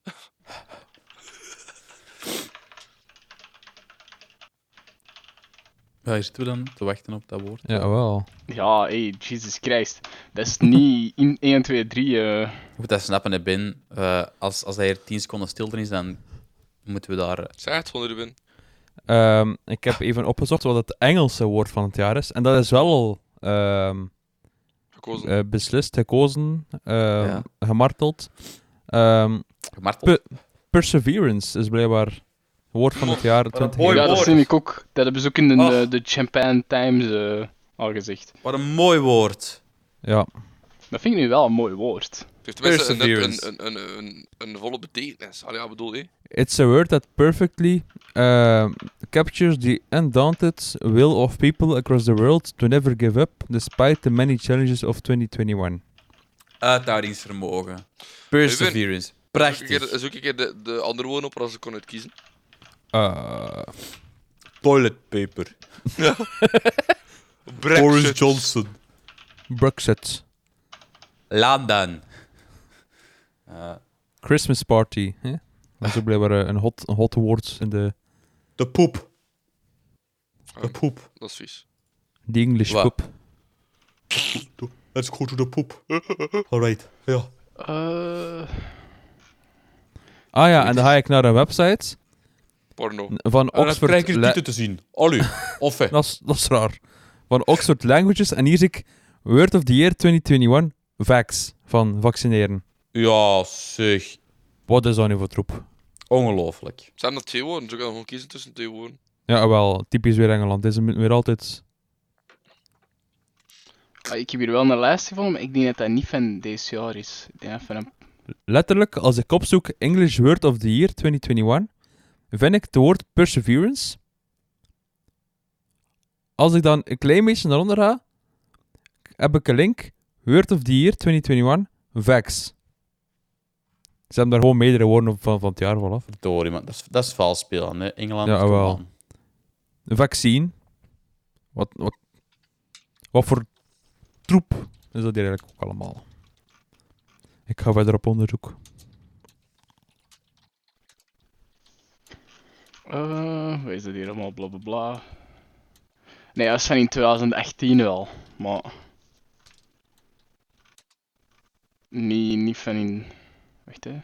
Ja, hier zitten we dan te wachten op dat woord. Ja, wel. Ja, hey, Jesus Christ. Dat is niet in 1, 2, 3... Je moet dat snappen, hè, Ben. Als hij hier 10 seconden stilte is, dan moeten we daar... Zeg het gewoon, Ruben. Ik heb even opgezocht wat het Engelse woord van het jaar is. En dat is wel al Gekozen. beslist, gekozen, Ja. gemarteld. Gemarteld. Perseverance is blijkbaar het woord van het jaar 20. mooi ja, dat woord. zie ik ook. Dat hebben ze ook in de, Oh. de Japan Times al gezegd. Wat een mooi woord. Ja. Dat vind ik nu wel een mooi woord. Het heeft tenminste Perseverance. een volle betekenis. Allee, ja, bedoel je? It's a word that perfectly captures the undaunted will of people across the world to never give up, despite the many challenges of 2021. Uithoudingsvermogen. Perseverance. Prachtig. Zoek ik de andere woorden op als ik kon uitkiezen. Toilet paper. Boris Johnson. Brexit. London. Christmas party. Hè? Dat is ook blijkbaar een hot woord in de De poep. Dat is vies. English Wat? poep. Let's go to the poep. Alright. Ja. Ah ja, en dan ga ik naar een website Porno. van Oxford... Oxford titel te zien. Allu. Of Dat is raar. Van Oxford Languages. En hier zie ik Word of the Year 2021. Vax. Van vaccineren. Ja, zeg. Wat is dat nu voor troep? Ongelooflijk. Zijn dat 2 woorden? Zou ik dan gewoon kiezen tussen 2 woorden? Ja, wel. Typisch weer Engeland. Deze moet weer altijd... Ik heb hier wel een lijst gevonden, maar ik denk dat dat niet van deze jaar is. Ik denk dat van een... Letterlijk, als ik opzoek English Word of the Year 2021, vind ik het woord perseverance. Als ik dan een klein beetje naar onder ga, heb ik een link Word of the Year 2021, Vax. Ze hebben daar gewoon meerdere woorden van het jaar vanaf. Verdorie, man. Dat is vals spelen, hè. Engeland. Ja, come wel. on. Vaccine. Wat voor troep is dat hier eigenlijk ook allemaal? Ik ga verder op onderzoek. Wat is dat hier allemaal? Blablabla. Nee, dat zijn in 2018 wel, maar. Niet van in. Wacht hè.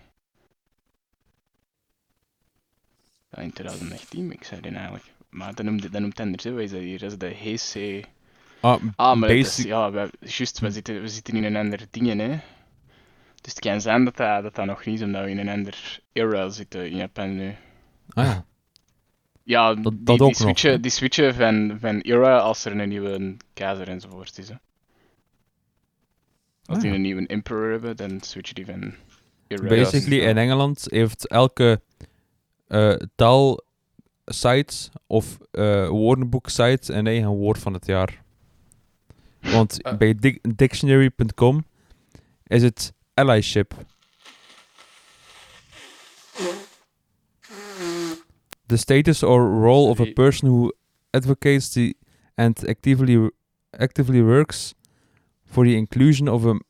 Ja, in 2019 ben ik zei die eigenlijk. Maar dat noemt anders, hè. Wat is dat hier? Dat is de HC. Maar dat is, basic. ja, juist, we zitten in een ander dingen, hè. Dus het kan zijn dat nog niet is, omdat we in een ander era zitten in Japan nu. Ah ja. Ja, Dat die ook switchen, nog. die switchen van era als er een nieuwe keizer enzovoort is. Hè. Als die ja. een nieuwe emperor hebben, dan switchen die van era. Basically, in Engeland heeft elke taalsite of woordenboeksite een eigen woord van het jaar. Want bij dictionary.com is het allyship. The status or role of a person who advocates and actively works for the inclusion of a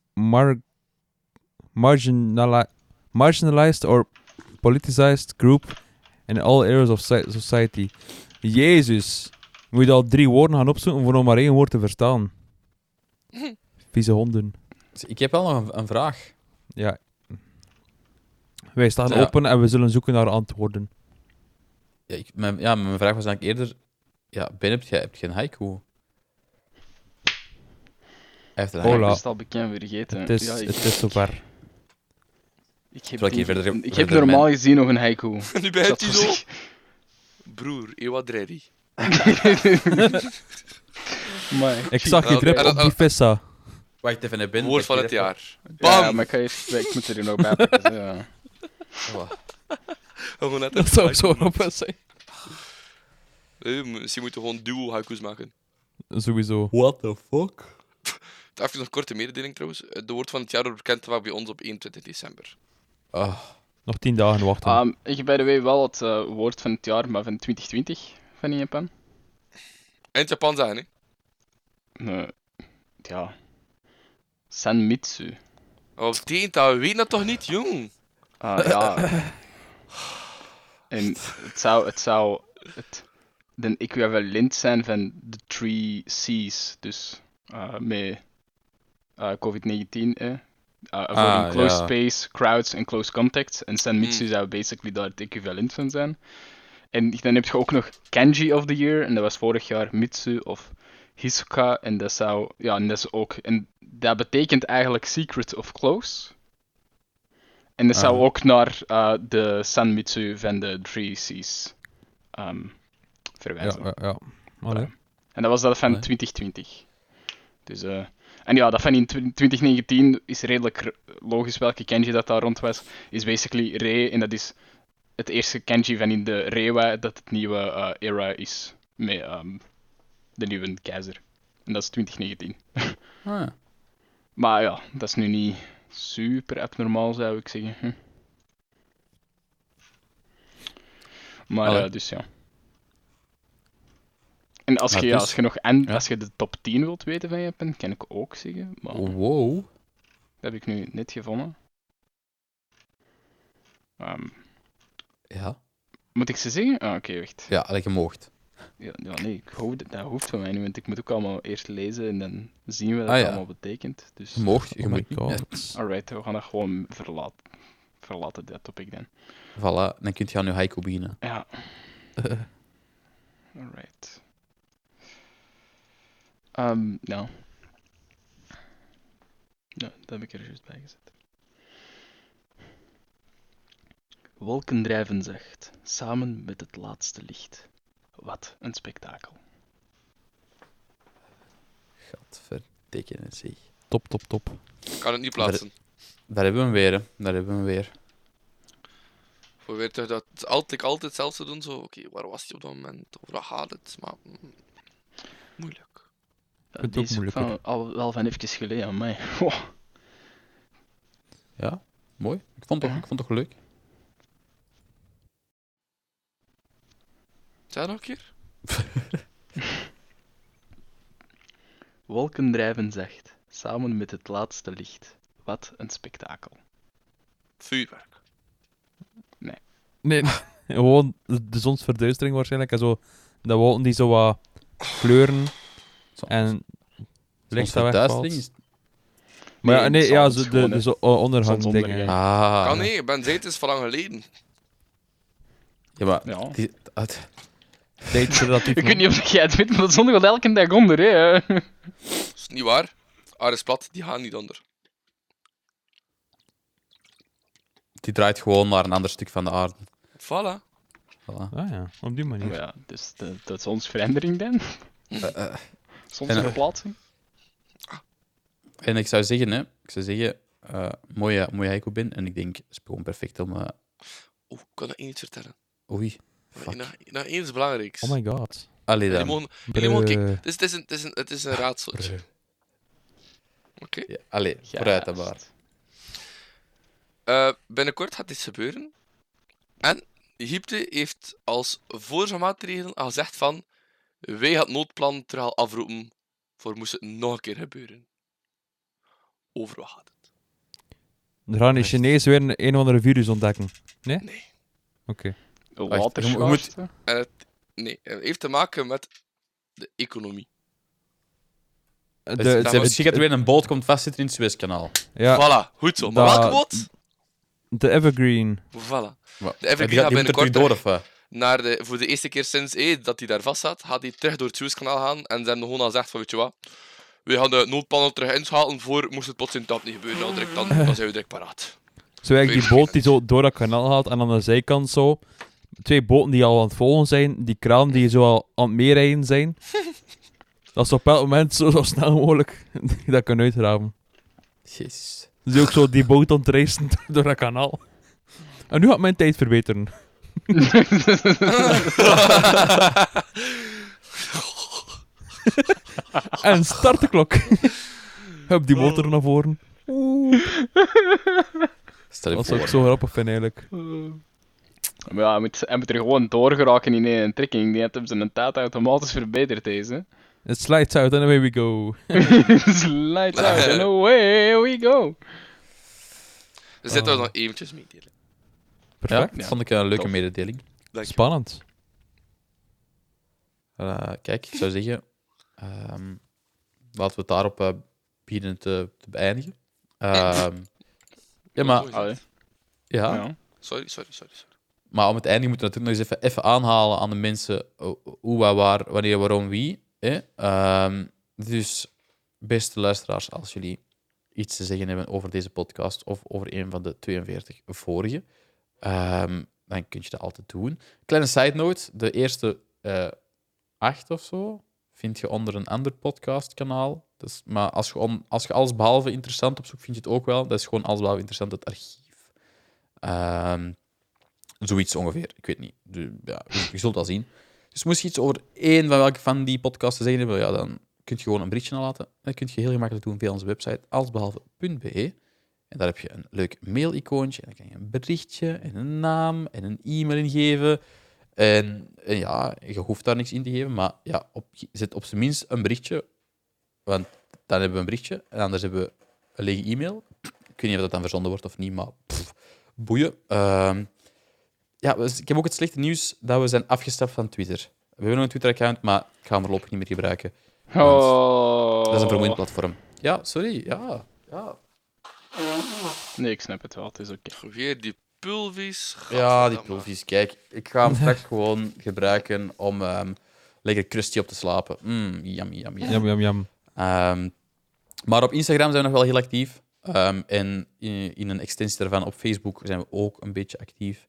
marginalized or politicized group in all areas of society. Jezus. Moet je al 3 woorden gaan opzoeken voor nog maar 1 woord te verstaan. Vieze honden. Ik heb wel nog een vraag. Ja. Wij staan Ja. open en we zullen zoeken naar antwoorden. Ja, mijn vraag was eigenlijk eerder... Ja, Ben, heb je geen haiku? Hij heeft een Hola. haiku. Ik is het al bekend vergeten. Het is, Ja, het is zover. ik heb, Zal ik hier verder- ik heb verder normaal gezien nog een haiku. Nu begint Dat hij was zo. ik. Broer, Ewa Dreddy. Maar, Ik zag je Ja, drip oké. op die vissa. Wacht even, Ben. Woord van het jaar. ja, Bam! maar ik moet er nog bij pakken. Ja. Gewoon net Dat zou zo op zijn. Misschien moeten we gewoon duo haiku's maken. Sowieso. What the fuck? Even nog een korte mededeling trouwens. De woord van het jaar wordt bekend bij ons op 21 december. Nog 10 dagen wachten. Ik heb bij de way wel het woord van het jaar, maar van 2020 van in Japan. In het Japan zijn, hè? Ja. Sanmitsu. Oh, tegen dat, we weten dat toch niet, jong? Ja. En het zou de equivalent zijn van de 3 C's. Dus met COVID-19, avoiding close ja. space, crowds en close contacts. En Sanmitsu zou basically daar het equivalent van zijn. En dan heb je ook nog Kanji of the Year, en dat was vorig jaar Mitsu of Hisoka, en dat zou, ja, en dat is ook, en dat betekent eigenlijk Secret of Close. En dat zou ook naar de Sanmitsu van de 3 C's verwijzen. Ja. Allee. En dat was dat van 2020. Dus, en ja, dat van in 2019 is redelijk logisch welke kanji dat daar rond was. Is basically Rei, en dat is het eerste kanji van in de Reiwa dat het nieuwe era is met de nieuwe keizer. En dat is 2019. Maar ja, dat is nu niet super abnormaal, zou ik zeggen. Maar dus ja. En als je, als je nog als je de top 10 wilt weten van Japan, kan ik ook zeggen. Maar Wow. dat heb ik nu net gevonden. Ja. Moet ik ze zeggen? Oké, wacht. Ja, dat je moogt. Ja, nee, dat hoeft van mij niet, want ik moet ook allemaal eerst lezen en dan zien we wat het allemaal betekent. Dus, Je moogt. Je Oh my moet god. alright, we gaan dat gewoon verlaten, dat topic dan. Voilà, dan kun je aan je haiku beginnen. Ja. Alright. Ja. Ja, dat heb ik er juist bij gezet. Wolken drijven zacht, samen met het laatste licht. Wat een spektakel. Gadverdikke zeg. Top. Ik kan het niet plaatsen. Daar hebben we hem weer. Voor weer terug dat altijd hetzelfde doen. Zo, oké, waar was hij op dat moment? Of waar gaat het? Maar moeilijk. vind het Die ook is moeilijker. al wel van even geleden, maar... Ja, mooi. Ik vond het toch leuk. Zeg nog een keer? Wolken drijven zacht, samen met het laatste licht. Wat een spektakel. Vuurwerk. Nee, gewoon de zonsverduistering waarschijnlijk. En zo, de wolken die zo wat kleuren en licht dat Verduistering wegvalt. is... Maar ja, Nee, nee, ja, soms zo gewoon, de hè. zo ondergang Zonsondergang. dingen. Ah. Kan nee, ik ben zei het is van lang geleden. Ja, maar... Ja. Tijd is relatief Ik weet lang. niet of jij het weet, maar de zon gaat elke dag onder, hè. Dat is niet waar. Aarde is plat, die gaan niet onder. Die draait gewoon naar een ander stuk van de aarde. Voilà. Voilà. Ah ja, op die manier. Ja, dus de zonsverandering dan? Zonsverplaatsing? En ik zou zeggen, mooie haiku bin. En ik denk, het is gewoon perfect om... Oeh, ik kan nog één iets vertellen. Oei. Fuck. Nog één iets belangrijks. Oh my god. Allee Die dan. mogen, jullie mogen, Bruh. kijk, het is een raadseltje. Oké. Ja, allee, vooruit dan maar. Binnenkort gaat dit gebeuren. En Egypte heeft als voorzorgsmaatregel al gezegd van wij gaan het noodplan terug al afroepen voor moest het nog een keer gebeuren. Over wat gaat het? Er gaan de Chinezen weer een of andere virus ontdekken. Nee? Nee. Oké. Waterschaarste? Nee, het heeft te maken met de economie. Ze hebben misschien dat er weer een boot komt vastzitten in het Suezkanaal. Ja, Voilà, goed zo. Maar Dat- welke boot? de Evergreen. Voilà. Wat? De Evergreen Die gaat moet er binnenkort terug door, of wat? voor de eerste keer sinds dat hij daar vast zat, gaat hij terug door het Suezkanaal gaan. En ze hebben gewoon al gezegd van, weet je wat, we gaan de noodplannen terug inschalen voor, moest het plots in tap niet gebeuren, nou, direct dan zijn we direct paraat. Zo eigenlijk die boot die zo door dat kanaal gaat en aan de zijkant zo. Twee boten die al aan het volgen zijn, die kraan die zo al aan het meerijden zijn. Dat ze op elk moment zo snel mogelijk dat kunnen uitgraven. Jezus. Dus ook zo die boot aan het racen door dat kanaal. En nu gaat mijn tijd verbeteren. En start de klok. Hup, die motor naar voren. Stel je Dat zou ik voor. zo grappig vinden eigenlijk. Maar ja, hij moet er gewoon doorgeraken in één trekking. Die hebben ze een tijd automatisch verbeterd, deze. It slides out and away we go. Lights out and away we go. Er zit er nog eventjes meedelen. Ja, Perfect. dat vond ik een leuke Tof. mededeling. Dank je. Spannend. Kijk, ik zou zeggen, laten we het daarop beginnen te beëindigen. Ja, maar, Allee. ja, Ja. Sorry. maar om het eindigen moeten we natuurlijk nog eens even aanhalen aan de mensen hoe, wat, waar, wanneer, waarom, wie. Hè? Dus, beste luisteraars, als jullie iets te zeggen hebben over deze podcast of over een van de 42 vorige, dan kun je dat altijd doen. Kleine side note, de eerste 8 of zo vind je onder een ander podcastkanaal. Dus, maar als je alles behalve interessant opzoekt, vind je het ook wel. Dat is gewoon alles behalve interessant, het archief. Zoiets ongeveer, ik weet niet. Ja, je zult wel zien. Dus moest je iets over één van welke van die podcasts te zeggen hebben, ja, dan kun je gewoon een berichtje nalaten. Dat kun je heel gemakkelijk doen via onze website allesbehalve.be. En daar heb je een leuk mail-icoontje. En dan kan je een berichtje en een naam en een e-mail ingeven. En ja, je hoeft daar niks in te geven, maar ja, zet op zijn minst een berichtje. Want dan hebben we een berichtje en anders hebben we een lege e-mail. Ik weet niet of dat dan verzonden wordt of niet, maar boeien. Ja, ik heb ook het slechte nieuws dat we zijn afgestapt van Twitter. We hebben nog een Twitter-account, maar ik ga hem voorlopig niet meer gebruiken. Oh. Dat is een vermoeiend platform. Ja, sorry. Ja. Nee, ik snap het wel. Het is oké. Weer die pulvis. Ja, die pulvies. Kijk, ik ga hem straks gewoon gebruiken om lekker crusty op te slapen. Yummy. Jam, jam. Maar op Instagram zijn we nog wel heel actief. En in een extensie daarvan op Facebook zijn we ook een beetje actief.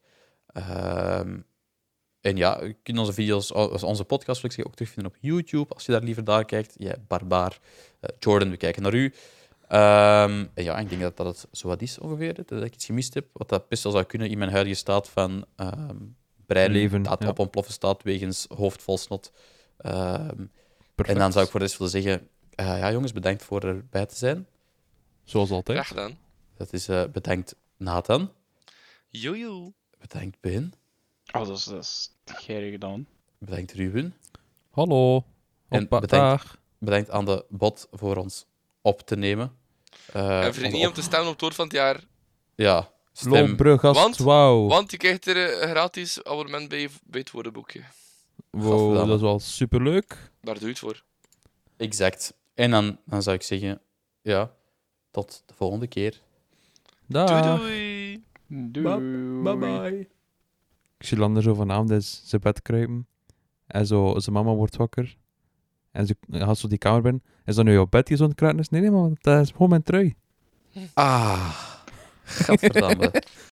En ja, je kunt onze video's, onze podcast ook terugvinden op YouTube, als je daar liever naar kijkt. Ja, barbaar. Jordan, we kijken naar u. En ja, ik denk dat het zo wat is ongeveer, dat ik iets gemist heb. Wat dat best wel zou kunnen in mijn huidige staat van brein, Leven, dat ja. op ontploffen staat wegens hoofd vol snot. En Perfect. dan zou ik voor de rest willen zeggen, Ja, jongens, bedankt voor erbij te zijn. Zoals altijd. Graag gedaan. Dat is bedankt Nathan. Jojo. Bedankt Ben. Oh, dat is geirig gedaan. Bedankt Ruben. Hallo. En Hoppa, bedankt. dag. Bedankt aan de bot voor ons op te nemen. En vergeet niet om te stemmen op het woord van het jaar. Ja, stem. Loopbrugast, Want- wauw. Want je krijgt er een gratis abonnement bij het woordenboekje. Wow, Gadverdamme. dat is wel superleuk. Daar doe je het voor. Exact. En dan zou ik zeggen, ja, tot de volgende keer. Dag. Doei doei. Doei. bye. Ik zie Lander zo vanavond in zijn bed kruipen. En zo, zijn mama wordt wakker. En ze gaat zo die kamer binnen. Is dat nu jouw bed die zo aan het kruiden is? Nee, man, dat is gewoon mijn trui. Ah, gadverdamme.